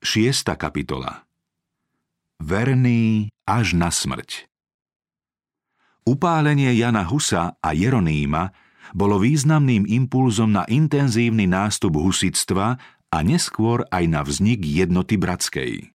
6. kapitola. Verný až na smrť. Upálenie Jana Husa a Jeronýma bolo významným impulzom na intenzívny nástup husitstva a neskôr aj na vznik jednoty bratskej.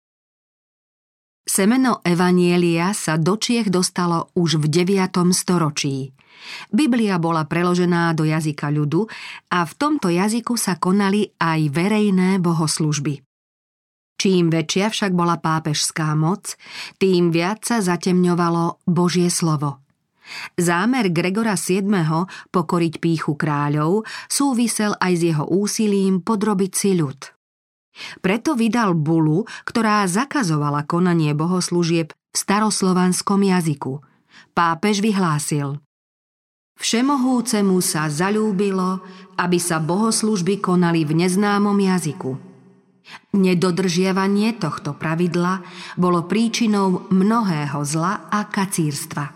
Semeno evanjelia sa do Čiech dostalo už v 9. storočí. Biblia bola preložená do jazyka ľudu a v tomto jazyku sa konali aj verejné bohoslužby. Čím väčšia však bola pápežská moc, tým viac sa zatemňovalo Božie slovo. Zámer Gregora VII. Pokoriť pýchu kráľov súvisel aj s jeho úsilím podrobiť si ľud. Preto vydal bulu, ktorá zakazovala konanie bohoslúžieb v staroslovanskom jazyku. Pápež vyhlásil: Všemohúcemu sa zaľúbilo, aby sa bohoslúžby konali v neznámom jazyku. Nedodržiavanie tohto pravidla bolo príčinou mnohého zla a kacírstva.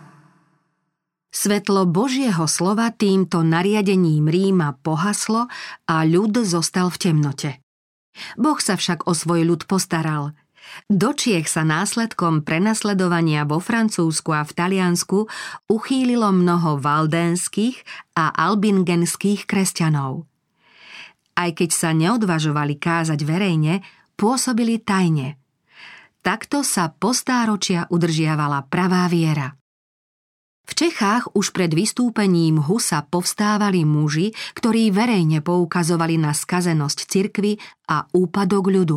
Svetlo Božieho slova týmto nariadením Ríma pohaslo a ľud zostal v temnote. Boh sa však o svoj ľud postaral. Do Čiech sa následkom prenasledovania vo Francúzsku a v Taliansku uchýlilo mnoho valdénskych a albingenských kresťanov. Aj keď sa neodvažovali kázať verejne, pôsobili tajne. Takto sa po stáročia udržiavala pravá viera. V Čechách už pred vystúpením Husa povstávali muži, ktorí verejne poukazovali na skazenosť cirkvi a úpadok ľudu.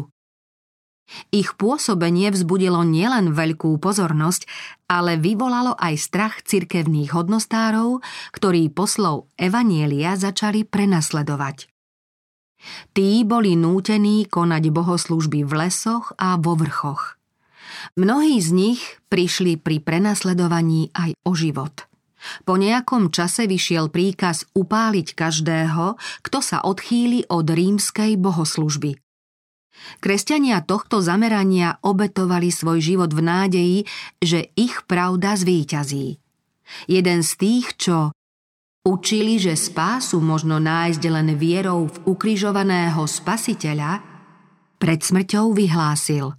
Ich pôsobenie vzbudilo nielen veľkú pozornosť, ale vyvolalo aj strach cirkevných hodnostárov, ktorí poslov evanjelia začali prenasledovať. Tí boli nútení konať bohoslúžby v lesoch a vo vrchoch. Mnohí z nich prišli pri prenasledovaní aj o život. Po nejakom čase vyšiel príkaz upáliť každého, kto sa odchýli od rímskej bohoslúžby. Kresťania tohto zamerania obetovali svoj život v nádeji, že ich pravda zvíťazí. Jeden z tých, čo učili, že spásu možno nájsť len vierou v ukrižovaného Spasiteľa, pred smrťou vyhlásil: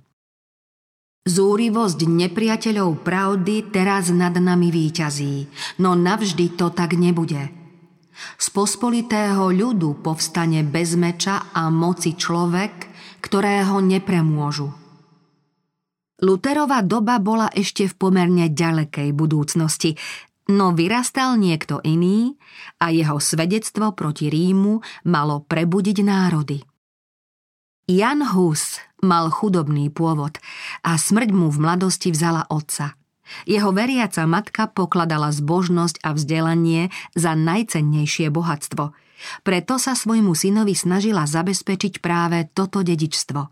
Zúrivosť nepriateľov pravdy teraz nad nami víťazí, no navždy to tak nebude. Z pospolitého ľudu povstane bez meča a moci človek, ktorého nepremôžu. Luterova doba bola ešte v pomerne ďalekej budúcnosti, no vyrastal niekto iný a jeho svedectvo proti Rímu malo prebudiť národy. Jan Hus mal chudobný pôvod a smrť mu v mladosti vzala otca. Jeho veriaca matka pokladala zbožnosť a vzdelanie za najcennejšie bohatstvo. Preto sa svojmu synovi snažila zabezpečiť práve toto dedičstvo.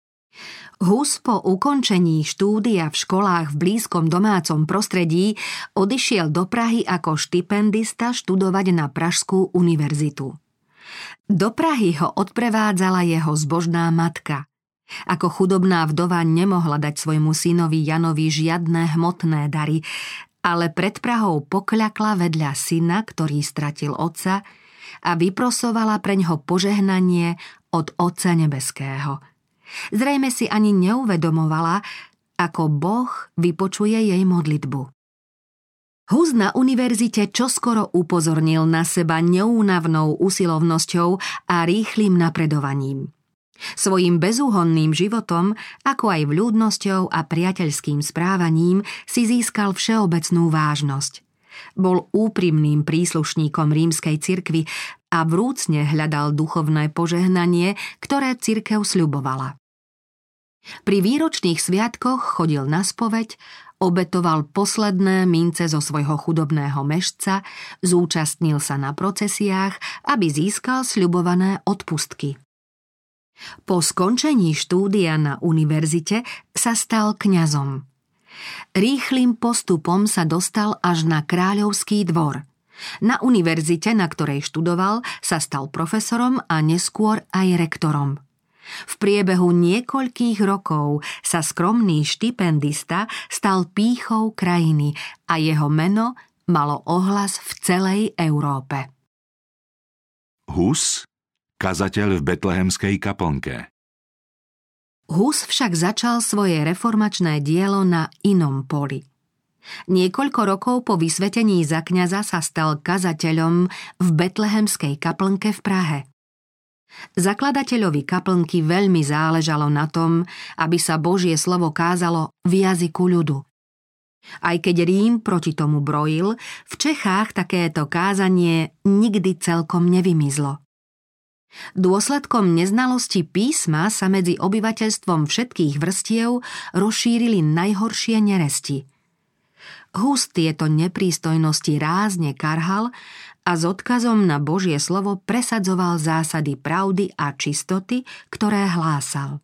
Hus po ukončení štúdia v školách v blízkom domácom prostredí odišiel do Prahy ako štipendista študovať na Pražskú univerzitu. Do Prahy ho odprevádzala jeho zbožná matka. Ako chudobná vdova nemohla dať svojmu synovi Janovi žiadne hmotné dary, ale pred Prahou pokľakla vedľa syna, ktorý stratil otca, a vyprosovala preňho požehnanie od Otca nebeského. Zrejme si ani neuvedomovala, ako Boh vypočuje jej modlitbu. Hus na univerzite čoskoro upozornil na seba neúnavnou usilovnosťou a rýchlym napredovaním. Svojím bezúhonným životom, ako aj vľúdnosťou a priateľským správaním si získal všeobecnú vážnosť. Bol úprimným príslušníkom rímskej cirkvi a vrúcne hľadal duchovné požehnanie, ktoré cirkev sľubovala. Pri výročných sviatkoch chodil na spoveď, obetoval posledné mince zo svojho chudobného mešca, zúčastnil sa na procesiách, aby získal sľubované odpustky. Po skončení štúdia na univerzite sa stal kňazom. Rýchlym postupom sa dostal až na kráľovský dvor. Na univerzite, na ktorej študoval, sa stal profesorom a neskôr aj rektorom. V priebehu niekoľkých rokov sa skromný štipendista stal pýchou krajiny a jeho meno malo ohlas v celej Európe. Hus, kazateľ v betlehemskej kaplnke. Hus však začal svoje reformačné dielo na inom poli. Niekoľko rokov po vysvetení za kňaza sa stal kazateľom v Betlehemskej kaplnke v Prahe. Zakladateľovi kaplnky veľmi záležalo na tom, aby sa Božie slovo kázalo v jazyku ľudu. Aj keď Rím proti tomu brojil, v Čechách takéto kázanie nikdy celkom nevymizlo. Dôsledkom neznalosti písma sa medzi obyvateľstvom všetkých vrstiev rozšírili najhoršie neresti. Hus tieto neprístojnosti rázne karhal a s odkazom na Božie slovo presadzoval zásady pravdy a čistoty, ktoré hlásal.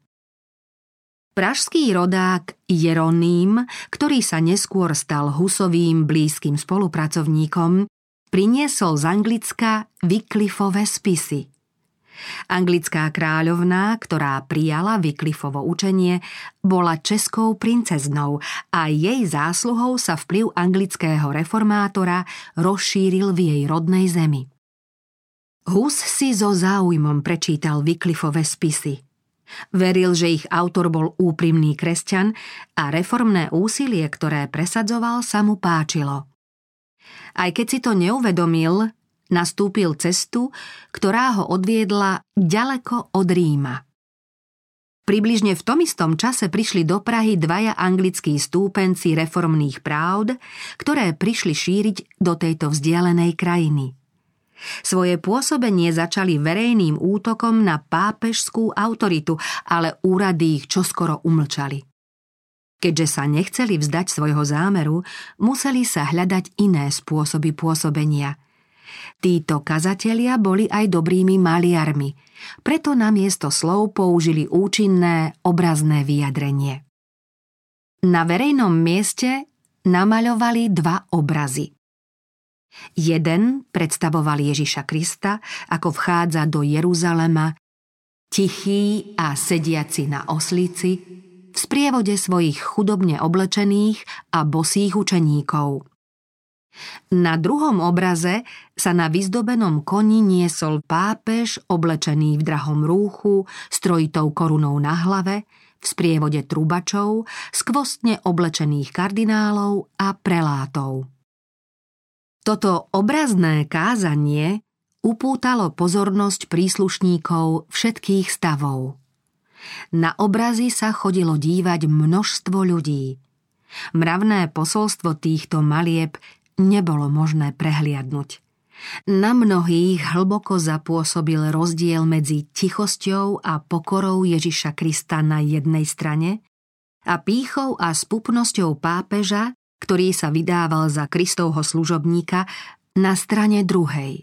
Pražský rodák Jeroným, ktorý sa neskôr stal Husovým blízkym spolupracovníkom, priniesol z Anglicka Wycliffove spisy. Anglická kráľovná, ktorá prijala Wycliffovo učenie, bola českou princeznou a jej zásluhou sa vplyv anglického reformátora rozšíril v jej rodnej zemi. Hus si so záujmom prečítal Wycliffove spisy. Veril, že ich autor bol úprimný kresťan a reformné úsilie, ktoré presadzoval, sa mu páčilo. Aj keď si to neuvedomil, nastúpil cestu, ktorá ho odviedla ďaleko od Ríma. Približne v tom istom čase prišli do Prahy dvaja anglickí stúpenci reformných pravd, ktoré prišli šíriť do tejto vzdialenej krajiny. Svoje pôsobenie začali verejným útokom na pápežskú autoritu, ale úrady ich čoskoro umlčali. Keďže sa nechceli vzdať svojho zámeru, museli sa hľadať iné spôsoby pôsobenia. Títo kazatelia boli aj dobrými maliarmi, preto namiesto slov použili účinné obrazné vyjadrenie. Na verejnom mieste namaľovali dva obrazy. Jeden predstavoval Ježiša Krista, ako vchádza do Jeruzalema, tichý a sediaci na oslici, v sprievode svojich chudobne oblečených a bosých učeníkov. Na druhom obraze sa na vyzdobenom koni niesol pápež oblečený v drahom rúchu, s trojitou korunou na hlave, v sprievode trubačov, skvostne oblečených kardinálov a prelátov. Toto obrazné kázanie upútalo pozornosť príslušníkov všetkých stavov. Na obrazy sa chodilo dívať množstvo ľudí. Mravné posolstvo týchto malieb nebolo možné prehliadnuť. Na mnohých hlboko zapôsobil rozdiel medzi tichosťou a pokorou Ježiša Krista na jednej strane a pýchou a spupnosťou pápeža, ktorý sa vydával za Kristovho služobníka, na strane druhej.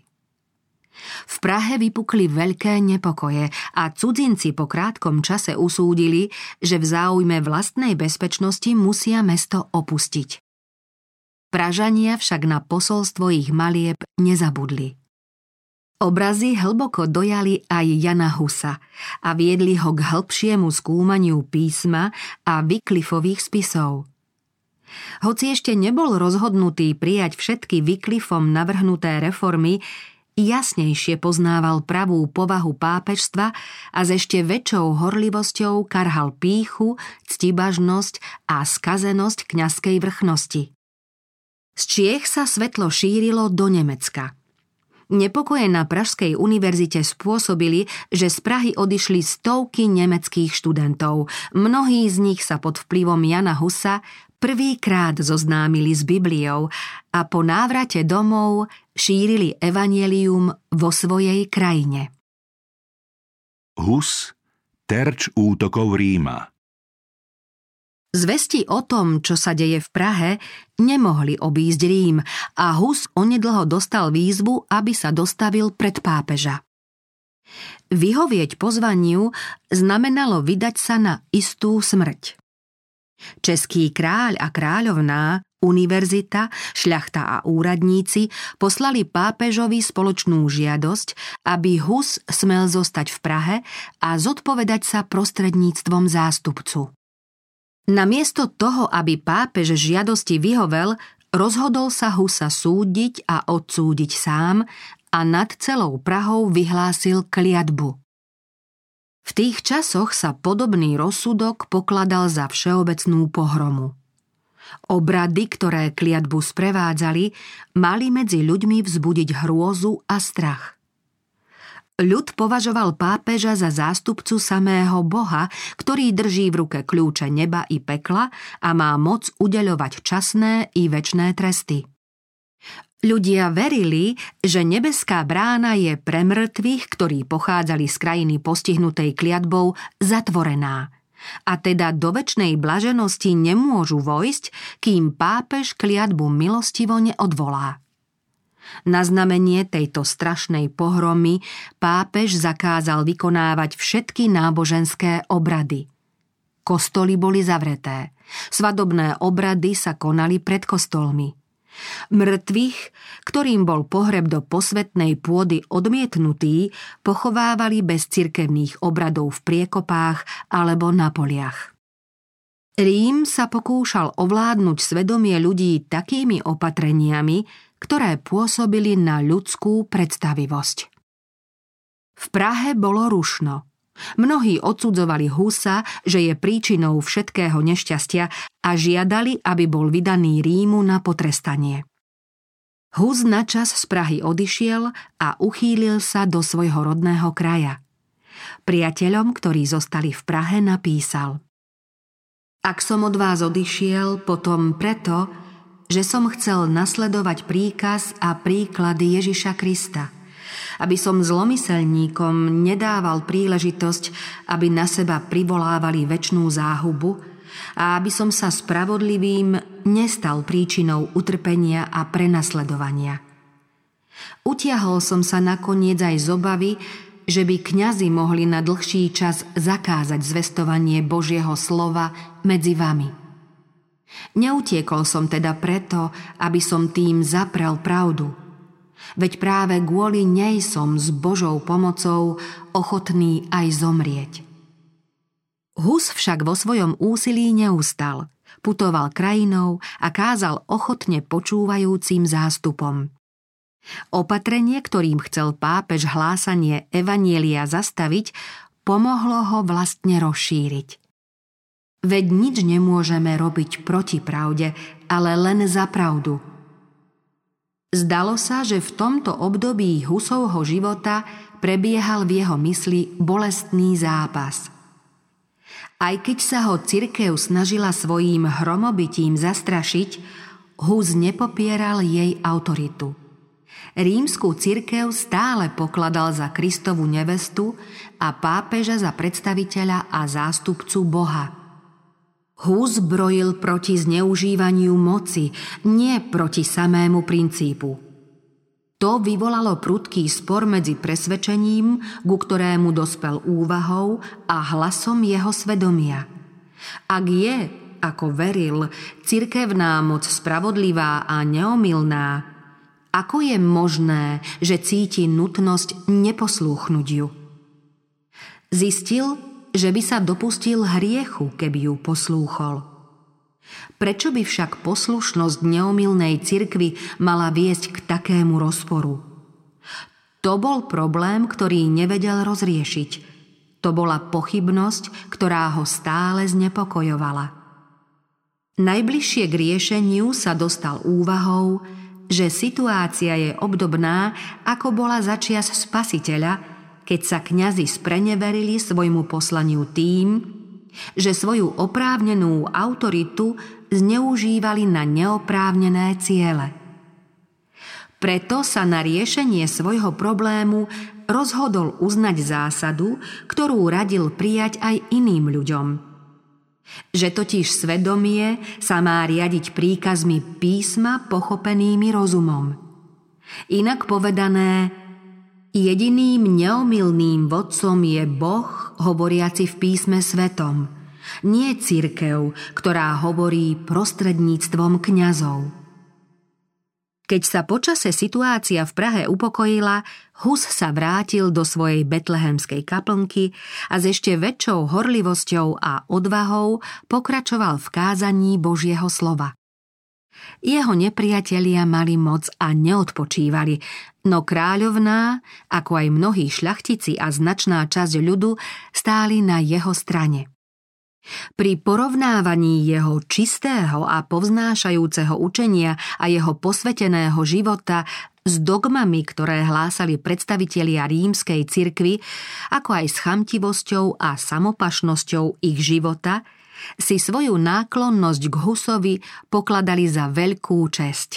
V Prahe vypukli veľké nepokoje a cudzinci po krátkom čase usúdili, že v záujme vlastnej bezpečnosti musia mesto opustiť. Pražania však na posolstvo ich malieb nezabudli. Obrazy hlboko dojali aj Jana Husa a viedli ho k hĺbšiemu skúmaniu písma a Wycliffových spisov. Hoci ešte nebol rozhodnutý prijať všetky Wycliffom navrhnuté reformy, jasnejšie poznával pravú povahu pápežstva a s ešte väčšou horlivosťou karhal pýchu, ctibažnosť a skazenosť kňazskej vrchnosti. Z Čiech sa svetlo šírilo do Nemecka. Nepokoje na Pražskej univerzite spôsobili, že z Prahy odišli stovky nemeckých študentov. Mnohí z nich sa pod vplyvom Jana Husa prvýkrát zoznámili s Bibliou a po návrate domov šírili evanjelium vo svojej krajine. Hus, terč útokov Ríma. Zvesti o tom, čo sa deje v Prahe, nemohli obísť Rím a Hus onedlho dostal výzvu, aby sa dostavil pred pápeža. Vyhovieť pozvaniu znamenalo vydať sa na istú smrť. Český kráľ a kráľovná, univerzita, šľachta a úradníci poslali pápežovi spoločnú žiadosť, aby Hus smel zostať v Prahe a zodpovedať sa prostredníctvom zástupcu. Namiesto toho, aby pápež žiadosti vyhovel, rozhodol sa Husa súdiť a odsúdiť sám a nad celou Prahou vyhlásil kliatbu. V tých časoch sa podobný rozsudok pokladal za všeobecnú pohromu. Obrady, ktoré kliatbu sprevádzali, mali medzi ľuďmi vzbudiť hrôzu a strach. Ľud považoval pápeža za zástupcu samého Boha, ktorý drží v ruke kľúče neba i pekla a má moc udeľovať časné i večné tresty. Ľudia verili, že nebeská brána je pre mŕtvych, ktorí pochádzali z krajiny postihnutej kliatbou, zatvorená. A teda do večnej blaženosti nemôžu vojsť, kým pápež kliatbu milostivo neodvolá. Na znamenie tejto strašnej pohromy pápež zakázal vykonávať všetky náboženské obrady. Kostoly boli zavreté. Svadobné obrady sa konali pred kostolmi. Mŕtvych, ktorým bol pohreb do posvätnej pôdy odmietnutý, pochovávali bez cirkevných obradov v priekopách alebo na poliach. Rím sa pokúšal ovládnuť svedomie ľudí takými opatreniami, ktoré pôsobili na ľudskú predstavivosť. V Prahe bolo rušno. Mnohí odsudzovali Husa, že je príčinou všetkého nešťastia a žiadali, aby bol vydaný Rímu na potrestanie. Hus načas z Prahy odišiel a uchýlil sa do svojho rodného kraja. Priateľom, ktorí zostali v Prahe, napísal: Ak som od vás odišiel, potom preto, že som chcel nasledovať príkaz a príklad Ježiša Krista, aby som zlomyselníkom nedával príležitosť, aby na seba privolávali večnú záhubu a aby som sa spravodlivým nestal príčinou utrpenia a prenasledovania. Utiahol som sa nakoniec aj z obavy, že by kňazi mohli na dlhší čas zakázať zvestovanie Božieho slova medzi vami. Neutiekol som teda preto, aby som tým zaprel pravdu. Veď práve kvôli nej som s Božou pomocou ochotný aj zomrieť. Hus však vo svojom úsilí neustal. Putoval krajinou a kázal ochotne počúvajúcim zástupom. Opatrenie, ktorým chcel pápež hlásanie evanjelia zastaviť, pomohlo ho vlastne rozšíriť. Veď nič nemôžeme robiť proti pravde, ale len za pravdu. Zdalo sa, že v tomto období Husovho života prebiehal v jeho mysli bolestný zápas. Aj keď sa ho cirkev snažila svojím hromobitím zastrašiť, Hus nepopieral jej autoritu. Rímsku cirkev stále pokladal za Kristovu nevestu a pápeža za predstaviteľa a zástupcu Boha. Hus brojil proti zneužívaniu moci, nie proti samému princípu. To vyvolalo prudký spor medzi presvedčením, ku ktorému dospel úvahou, a hlasom jeho svedomia. Ak je, ako veril, cirkevná moc spravodlivá a neomylná, ako je možné, že cíti nutnosť neposlúchnuť ju? Zistil, že by sa dopustil hriechu, keby ju poslúchol. Prečo by však poslušnosť neomylnej cirkvi mala viesť k takému rozporu? To bol problém, ktorý nevedel rozriešiť. To bola pochybnosť, ktorá ho stále znepokojovala. Najbližšie k riešeniu sa dostal úvahou, že situácia je obdobná, ako bola začias Spasiteľa, keď sa kňazi spreneverili svojmu poslaniu tým, že svoju oprávnenú autoritu zneužívali na neoprávnené ciele. Preto sa na riešenie svojho problému rozhodol uznať zásadu, ktorú radil prijať aj iným ľuďom. Že totiž svedomie sa má riadiť príkazmi písma pochopenými rozumom. Inak povedané, jediným neomylným vodcom je Boh, hovoriaci v písme svetom, nie cirkev, ktorá hovorí prostredníctvom kňazov. Keď sa počase situácia v Prahe upokojila, Hus sa vrátil do svojej betlehemskej kaplnky a s ešte väčšou horlivosťou a odvahou pokračoval v kázaní Božieho slova. Jeho nepriatelia mali moc a neodpočívali, no kráľovná, ako aj mnohí šľachtici a značná časť ľudu stáli na jeho strane. Pri porovnávaní jeho čistého a povznášajúceho učenia a jeho posveteného života s dogmami, ktoré hlásali predstavitelia rímskej cirkvi, ako aj s chamtivosťou a samopašnosťou ich života, si svoju náklonnosť k Husovi pokladali za veľkú česť.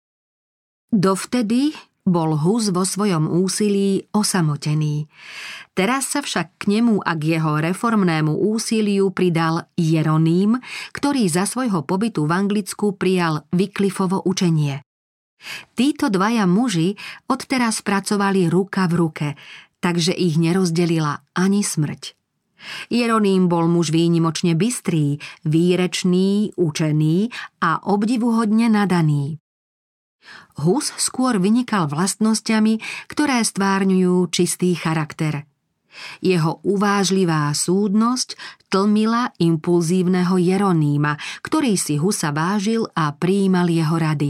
Dovtedy bol Hus vo svojom úsilí osamotený. Teraz sa však k nemu a k jeho reformnému úsiliu pridal Jeroným, ktorý za svojho pobytu v Anglicku prijal Wycliffovo učenie. Títo dvaja muži odteraz pracovali ruka v ruke, takže ich nerozdelila ani smrť. Jeroným bol muž výnimočne bystrý, výrečný, učený a obdivuhodne nadaný. Hus skôr vynikal vlastnosťami, ktoré stvárňujú čistý charakter. Jeho uvážlivá súdnosť tlmila impulzívneho Jeronýma, ktorý si Husa vážil a prijímal jeho rady.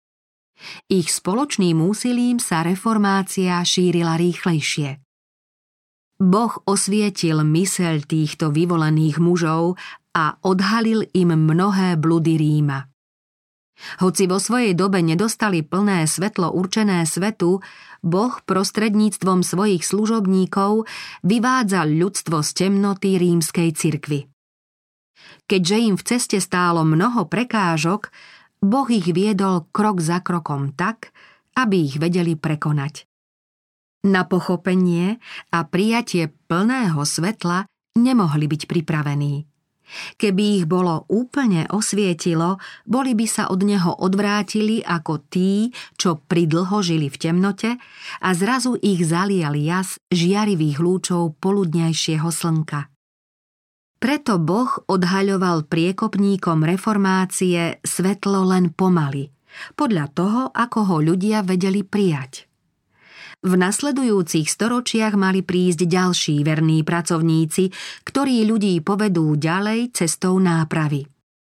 Ich spoločným úsilím sa reformácia šírila rýchlejšie. Boh osvietil myseľ týchto vyvolených mužov a odhalil im mnohé bludy Ríma. Hoci vo svojej dobe nedostali plné svetlo určené svetu, Boh prostredníctvom svojich služobníkov vyvádzal ľudstvo z temnoty rímskej cirkvi. Keďže im v ceste stálo mnoho prekážok, Boh ich viedol krok za krokom tak, aby ich vedeli prekonať. Na pochopenie a prijatie plného svetla nemohli byť pripravení. Keby ich bolo úplne osvietilo, boli by sa od neho odvrátili ako tí, čo pridlho žili v temnote a zrazu ich zalial jas žiarivých lúčov poludňajšieho slnka. Preto Boh odhaľoval priekopníkom reformácie svetlo len pomaly, podľa toho, ako ho ľudia vedeli prijať. V nasledujúcich storočiach mali prísť ďalší verní pracovníci, ktorí ľudí povedú ďalej cestou nápravy.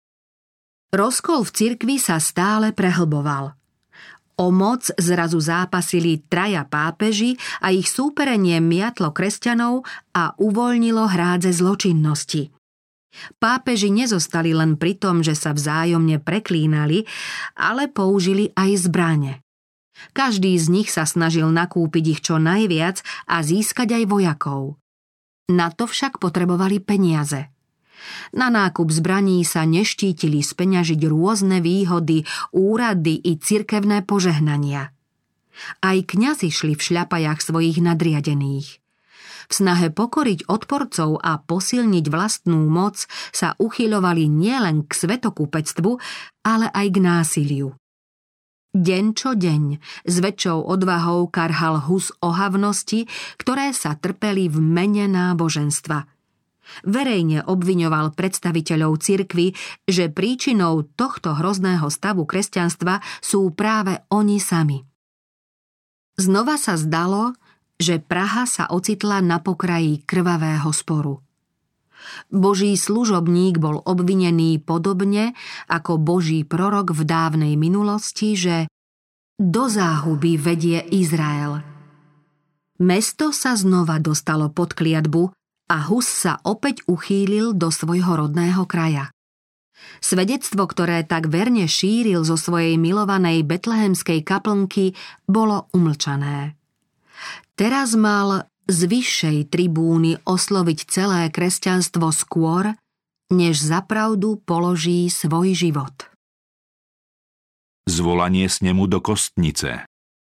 Rozkol v cirkvi sa stále prehlboval. O moc zrazu zápasili traja pápeži a ich súperenie miatlo kresťanov a uvoľnilo hrádze zločinnosti. Pápeži nezostali len pri tom, že sa vzájomne preklínali, ale použili aj zbrane. Každý z nich sa snažil nakúpiť ich čo najviac a získať aj vojakov. Na to však potrebovali peniaze. Na nákup zbraní sa neštítili speňažiť rôzne výhody, úrady i cirkevné požehnania. Aj kňazi šli v šľapajách svojich nadriadených. V snahe pokoriť odporcov a posilniť vlastnú moc sa uchyľovali nielen k svätokúpectvu, ale aj k násiliu. Deň čo deň s väčšou odvahou karhal Hus ohavnosti, ktoré sa trpeli v mene náboženstva. Verejne obviňoval predstaviteľov cirkvi, že príčinou tohto hrozného stavu kresťanstva sú práve oni sami. Znova sa zdalo, že Praha sa ocitla na pokraji krvavého sporu. Boží služobník bol obvinený podobne ako Boží prorok v dávnej minulosti, že do záhuby vedie Izrael. Mesto sa znova dostalo pod kliatbu a Hus sa opäť uchýlil do svojho rodného kraja. Svedectvo, ktoré tak verne šíril zo svojej milovanej betlehemskej kaplnky, bolo umlčané. Teraz mal z vyššej tribúny osloviť celé kresťanstvo skôr, než za pravdu položí svoj život. Zvolanie snemu do kostnice.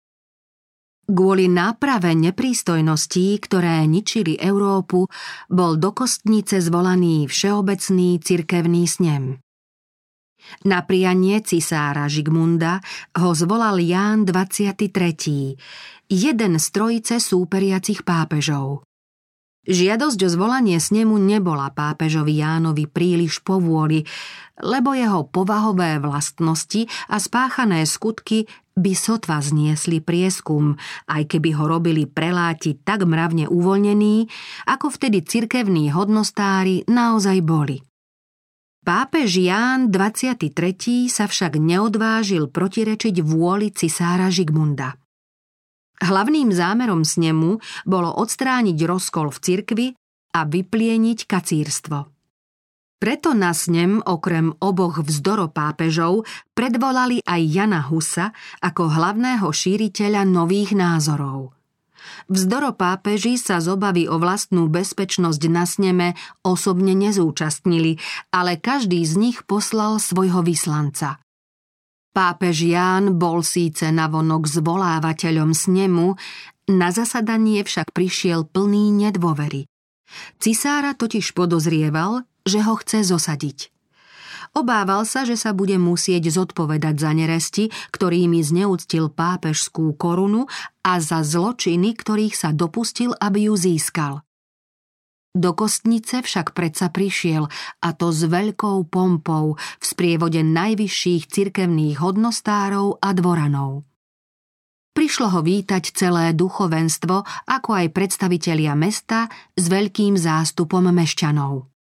Kvôli náprave neprístojností, ktoré ničili Európu, bol do kostnice zvolaný všeobecný cirkevný snem. Na prianie cisára Žigmunda ho zvolal Ján 23., jeden z trojice súperiacich pápežov. Žiadosť o zvolanie snemu nebola pápežovi Jánovi príliš povôli, lebo jeho povahové vlastnosti a spáchané skutky by sotva zniesli prieskum, aj keby ho robili preláti tak mravne uvoľnení, ako vtedy cirkevní hodnostári naozaj boli. Pápež Ján 23. sa však neodvážil protirečiť vôli cisára Žigmunda. Hlavným zámerom snemu bolo odstrániť rozkol v cirkvi a vyplieniť kacírstvo. Preto na snem okrem oboch vzdoropápežov predvolali aj Jana Husa ako hlavného šíriteľa nových názorov. Vzdoropápeži sa z obavy o vlastnú bezpečnosť na sneme osobne nezúčastnili, ale každý z nich poslal svojho vyslanca. Pápež Ján bol síce navonok zvolávateľom snemu, na zasadanie však prišiel plný nedôvery. Cisára totiž podozrieval, že ho chce zosadiť. Obával sa, že sa bude musieť zodpovedať za neresti, ktorými zneúctil pápežskú korunu a za zločiny, ktorých sa dopustil, aby ju získal. Do kostnice však predsa prišiel, a to s veľkou pompou v sprievode najvyšších cirkevných hodnostárov a dvoranov. Prišlo ho vítať celé duchovenstvo, ako aj predstavitelia mesta s veľkým zástupom mešťanov.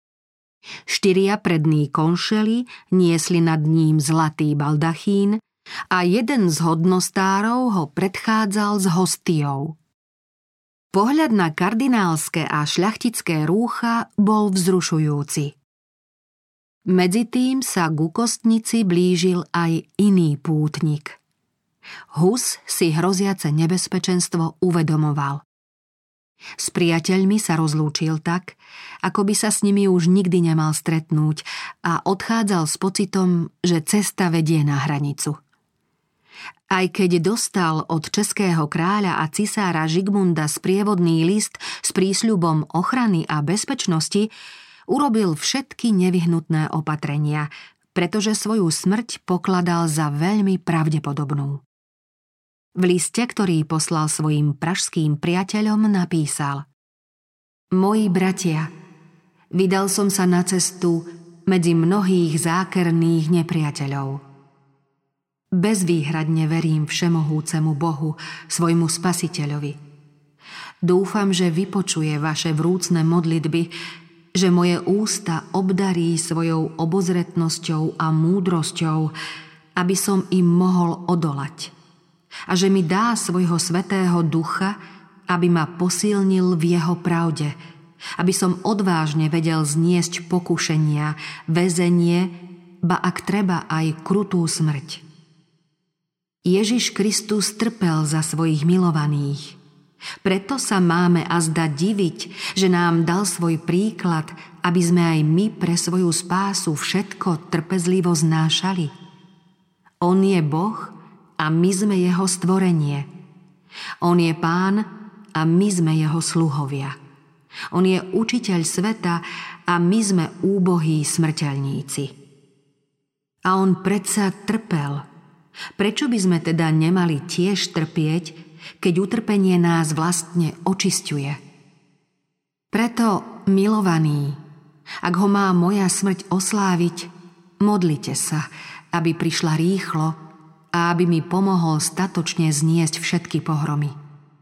4 prední konšeli niesli nad ním zlatý baldachín a jeden z hodnostárov ho predchádzal s hostiou. Pohľad na kardinálske a šľachtické rúcha bol vzrušujúci. Medzitým sa ku kostnici blížil aj iný pútnik. Hus si hroziace nebezpečenstvo uvedomoval. S priateľmi sa rozlúčil tak, ako by sa s nimi už nikdy nemal stretnúť, a odchádzal s pocitom, že cesta vedie na hranicu. Aj keď dostal od českého kráľa a cisára Žigmunda sprievodný list s prísľubom ochrany a bezpečnosti, urobil všetky nevyhnutné opatrenia, pretože svoju smrť pokladal za veľmi pravdepodobnú. V liste, ktorý poslal svojim pražským priateľom, napísal: Moji bratia, vydal som sa na cestu medzi mnohých zákerných nepriateľov. Bezvýhradne verím všemohúcemu Bohu, svojmu Spasiteľovi. Dúfam, že vypočuje vaše vrúcne modlitby, že moje ústa obdarí svojou obozretnosťou a múdrosťou, aby som im mohol odolať. A že mi dá svojho Svätého Ducha, aby ma posilnil v jeho pravde, aby som odvážne vedel zniesť pokušenia, väzenie, ba ak treba aj krutú smrť. Ježiš Kristus trpel za svojich milovaných. Preto sa máme azda diviť, že nám dal svoj príklad, aby sme aj my pre svoju spásu všetko trpezlivo znášali. On je Boh a my sme jeho stvorenie. On je Pán a my sme jeho sluhovia. On je učiteľ sveta a my sme úbohí smrteľníci. A on predsa trpel. Prečo by sme teda nemali tiež trpieť, keď utrpenie nás vlastne očisťuje? Preto, milovaní, ak ho má moja smrť osláviť, modlite sa, aby prišla rýchlo a aby mi pomohol statočne zniesť všetky pohromy.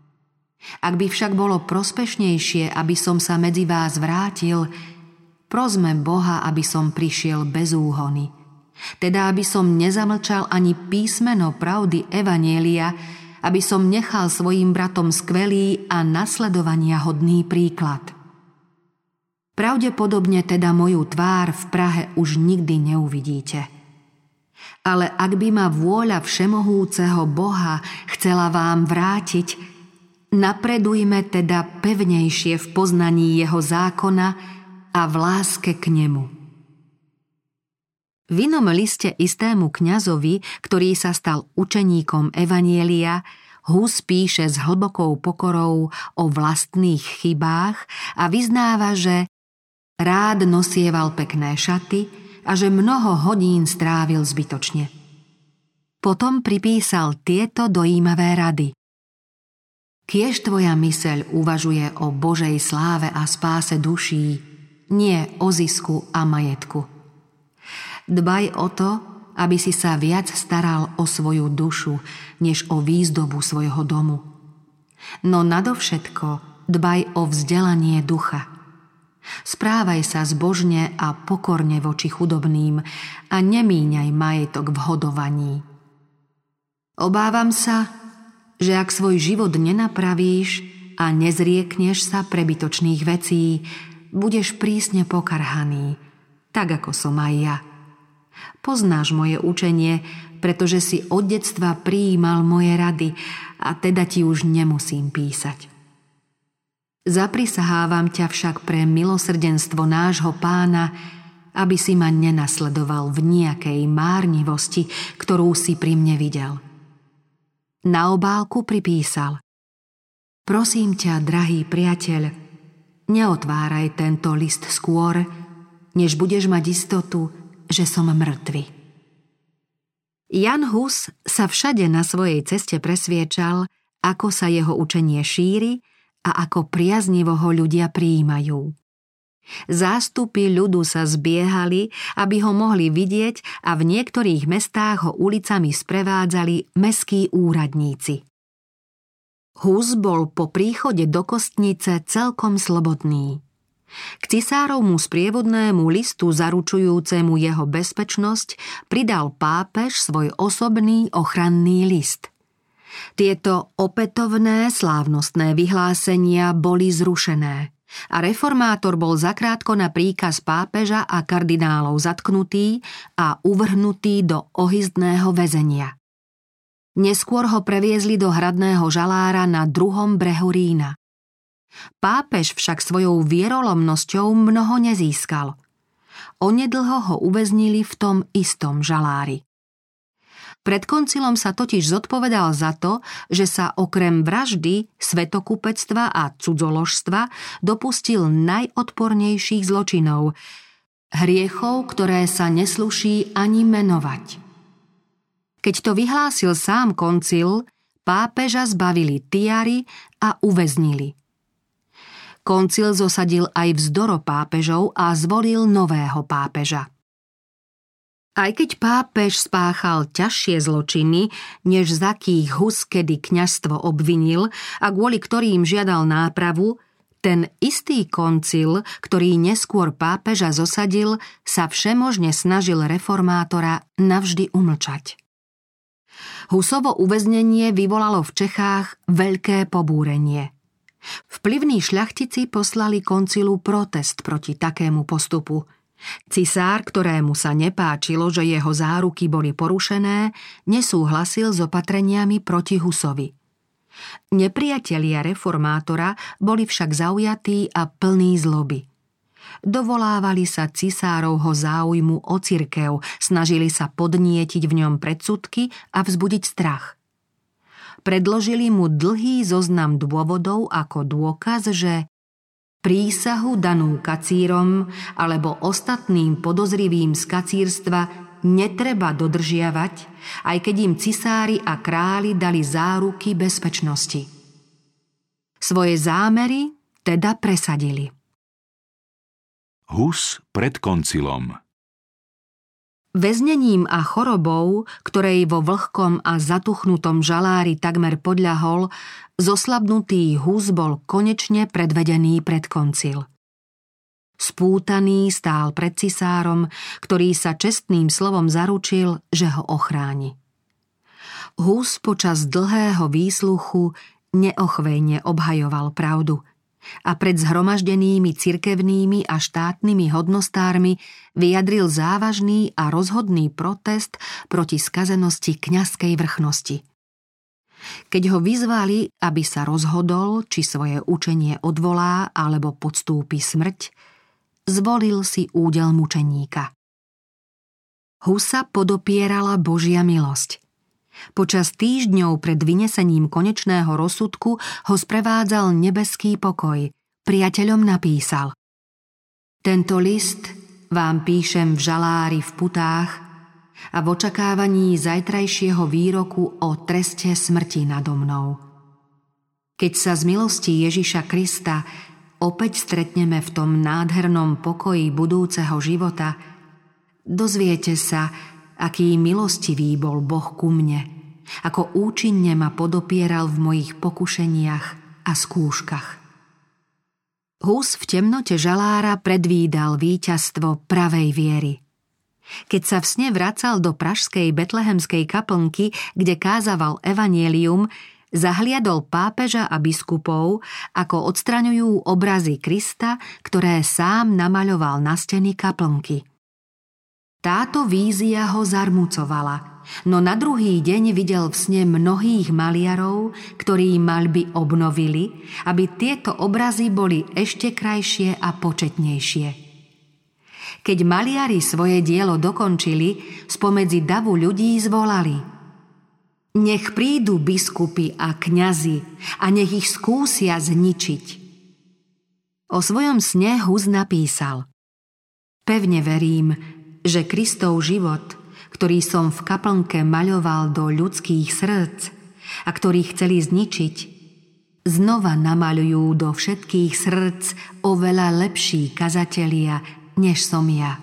Ak by však bolo prospešnejšie, aby som sa medzi vás vrátil, prosme Boha, aby som prišiel bez úhony. Teda aby som nezamlčal ani písmeno pravdy Evanjelia, aby som nechal svojim bratom skvelý a nasledovania hodný príklad. Pravdepodobne teda moju tvár v Prahe už nikdy neuvidíte. Ale ak by ma vôľa všemohúceho Boha chcela vám vrátiť, napredujme teda pevnejšie v poznaní jeho zákona a v láske k nemu. V inom liste istému kňazovi, ktorý sa stal učeníkom Evanjelia, Hus píše s hlbokou pokorou o vlastných chybách a vyznáva, že rád nosieval pekné šaty a že mnoho hodín strávil zbytočne. Potom pripísal tieto dojímavé rady. Kiež tvoja myseľ uvažuje o Božej sláve a spáse duší, nie o zisku a majetku. Dbaj o to, aby si sa viac staral o svoju dušu, než o výzdobu svojho domu. No nadovšetko dbaj o vzdelanie ducha. Správaj sa zbožne a pokorne voči chudobným a nemíňaj majetok v hodovaní. Obávam sa, že ak svoj život nenapravíš a nezriekneš sa prebytočných vecí, budeš prísne pokarhaný, tak ako som aj ja. Poznáš moje učenie, pretože si od detstva prijímal moje rady a teda ti už nemusím písať. Zaprisahávam ťa však pre milosrdenstvo nášho Pána, aby si ma nenasledoval v nejakej márnivosti, ktorú si pri mne videl. Na obálku pripísal: Prosím ťa, drahý priateľ, neotváraj tento list skôr, než budeš mať istotu, že som mŕtvy. Jan Hus sa všade na svojej ceste presviečal, ako sa jeho učenie šíri a ako priaznivo ho ľudia prijímajú. Zástupy ľudu sa zbiehali, aby ho mohli vidieť, a v niektorých mestách ho ulicami sprevádzali mestskí úradníci. Hus bol po príchode do kostnice celkom slobodný. K cisárovmu sprievodnému listu zaručujúcemu jeho bezpečnosť pridal pápež svoj osobný ochranný list. Tieto opätovné slávnostné vyhlásenia boli zrušené a reformátor bol zakrátko na príkaz pápeža a kardinálov zatknutý a uvrhnutý do ohyzdného väzenia. Neskôr ho previezli do hradného žalára na druhom brehu Rína. Pápež však svojou vierolomnosťou mnoho nezískal. Onedlho ho uväznili v tom istom žalári. Pred koncilom sa totiž zodpovedal za to, že sa okrem vraždy, svätokupectva a cudzoložstva dopustil najodpornejších zločinov, hriechov, ktoré sa nesluší ani menovať. Keď to vyhlásil sám koncil, pápeža zbavili tiary a uväznili. Koncil zosadil aj vzdoro pápežov a zvolil nového pápeža. Aj keď pápež spáchal ťažšie zločiny, než za akých Hus kedy kňazstvo obvinil a kvôli ktorým žiadal nápravu, ten istý koncil, ktorý neskôr pápeža zosadil, sa všemožne snažil reformátora navždy umlčať. Husovo uväznenie vyvolalo v Čechách veľké pobúrenie. Vplyvní šľachtici poslali koncilu protest proti takému postupu. Cisár, ktorému sa nepáčilo, že jeho záruky boli porušené, nesúhlasil s opatreniami proti Husovi. Nepriatelia reformátora boli však zaujatí a plní zloby. Dovolávali sa cisárovho záujmu o cirkev, snažili sa podnietiť v ňom predsudky a vzbudiť strach. Predložili mu dlhý zoznam dôvodov ako dôkaz, že prísahu danú kacírom alebo ostatným podozrivým z kacírstva netreba dodržiavať, aj keď im cisári a králi dali záruky bezpečnosti. Svoje zámery teda presadili. Hus pred koncilom. Väznením a chorobou, ktorej vo vlhkom a zatuchnutom žalári takmer podľahol, zoslabnutý Hus bol konečne predvedený pred koncil. Spútaný stál pred cisárom, ktorý sa čestným slovom zaručil, že ho ochráni. Hus počas dlhého výsluchu neochvejne obhajoval pravdu a pred zhromaždenými cirkevnými a štátnymi hodnostármi vyjadril závažný a rozhodný protest proti skazenosti kňazskej vrchnosti. Keď ho vyzvali, aby sa rozhodol, či svoje učenie odvolá alebo podstúpi smrť, zvolil si údel mučeníka. Husa podopierala Božia milosť. Počas týždňov pred vynesením konečného rozsudku ho sprevádzal nebeský pokoj. Priateľom napísal: Tento list vám píšem v žalári v putách a v očakávaní zajtrajšieho výroku o treste smrti nado mnou. Keď sa z milosti Ježiša Krista opäť stretneme v tom nádhernom pokoji budúceho života, dozviete sa, aký milostivý bol Boh ku mne, ako účinne ma podopieral v mojich pokušeniach a skúškach. Hus v temnote žalára predvídal víťazstvo pravej viery. Keď sa v sne vracal do pražskej betlehemskej kaplnky, kde kázaval evanjelium, zahliadol pápeža a biskupov, ako odstraňujú obrazy Krista, ktoré sám namaľoval na steny kaplnky. Táto vízia ho zarmucovala, no na druhý deň videl v sne mnohých maliarov, ktorí maľby obnovili, aby tieto obrazy boli ešte krajšie a početnejšie. Keď maliari svoje dielo dokončili, spomedzi davu ľudí zvolali: Nech prídu biskupy a kňazi a nech ich skúsia zničiť. O svojom sne Hus napísal: Pevne verím, že Kristov život, ktorý som v kaplnke maľoval do ľudských srdc a ktorý chceli zničiť, znova namaľujú do všetkých srdc oveľa lepší kazatelia, než som ja.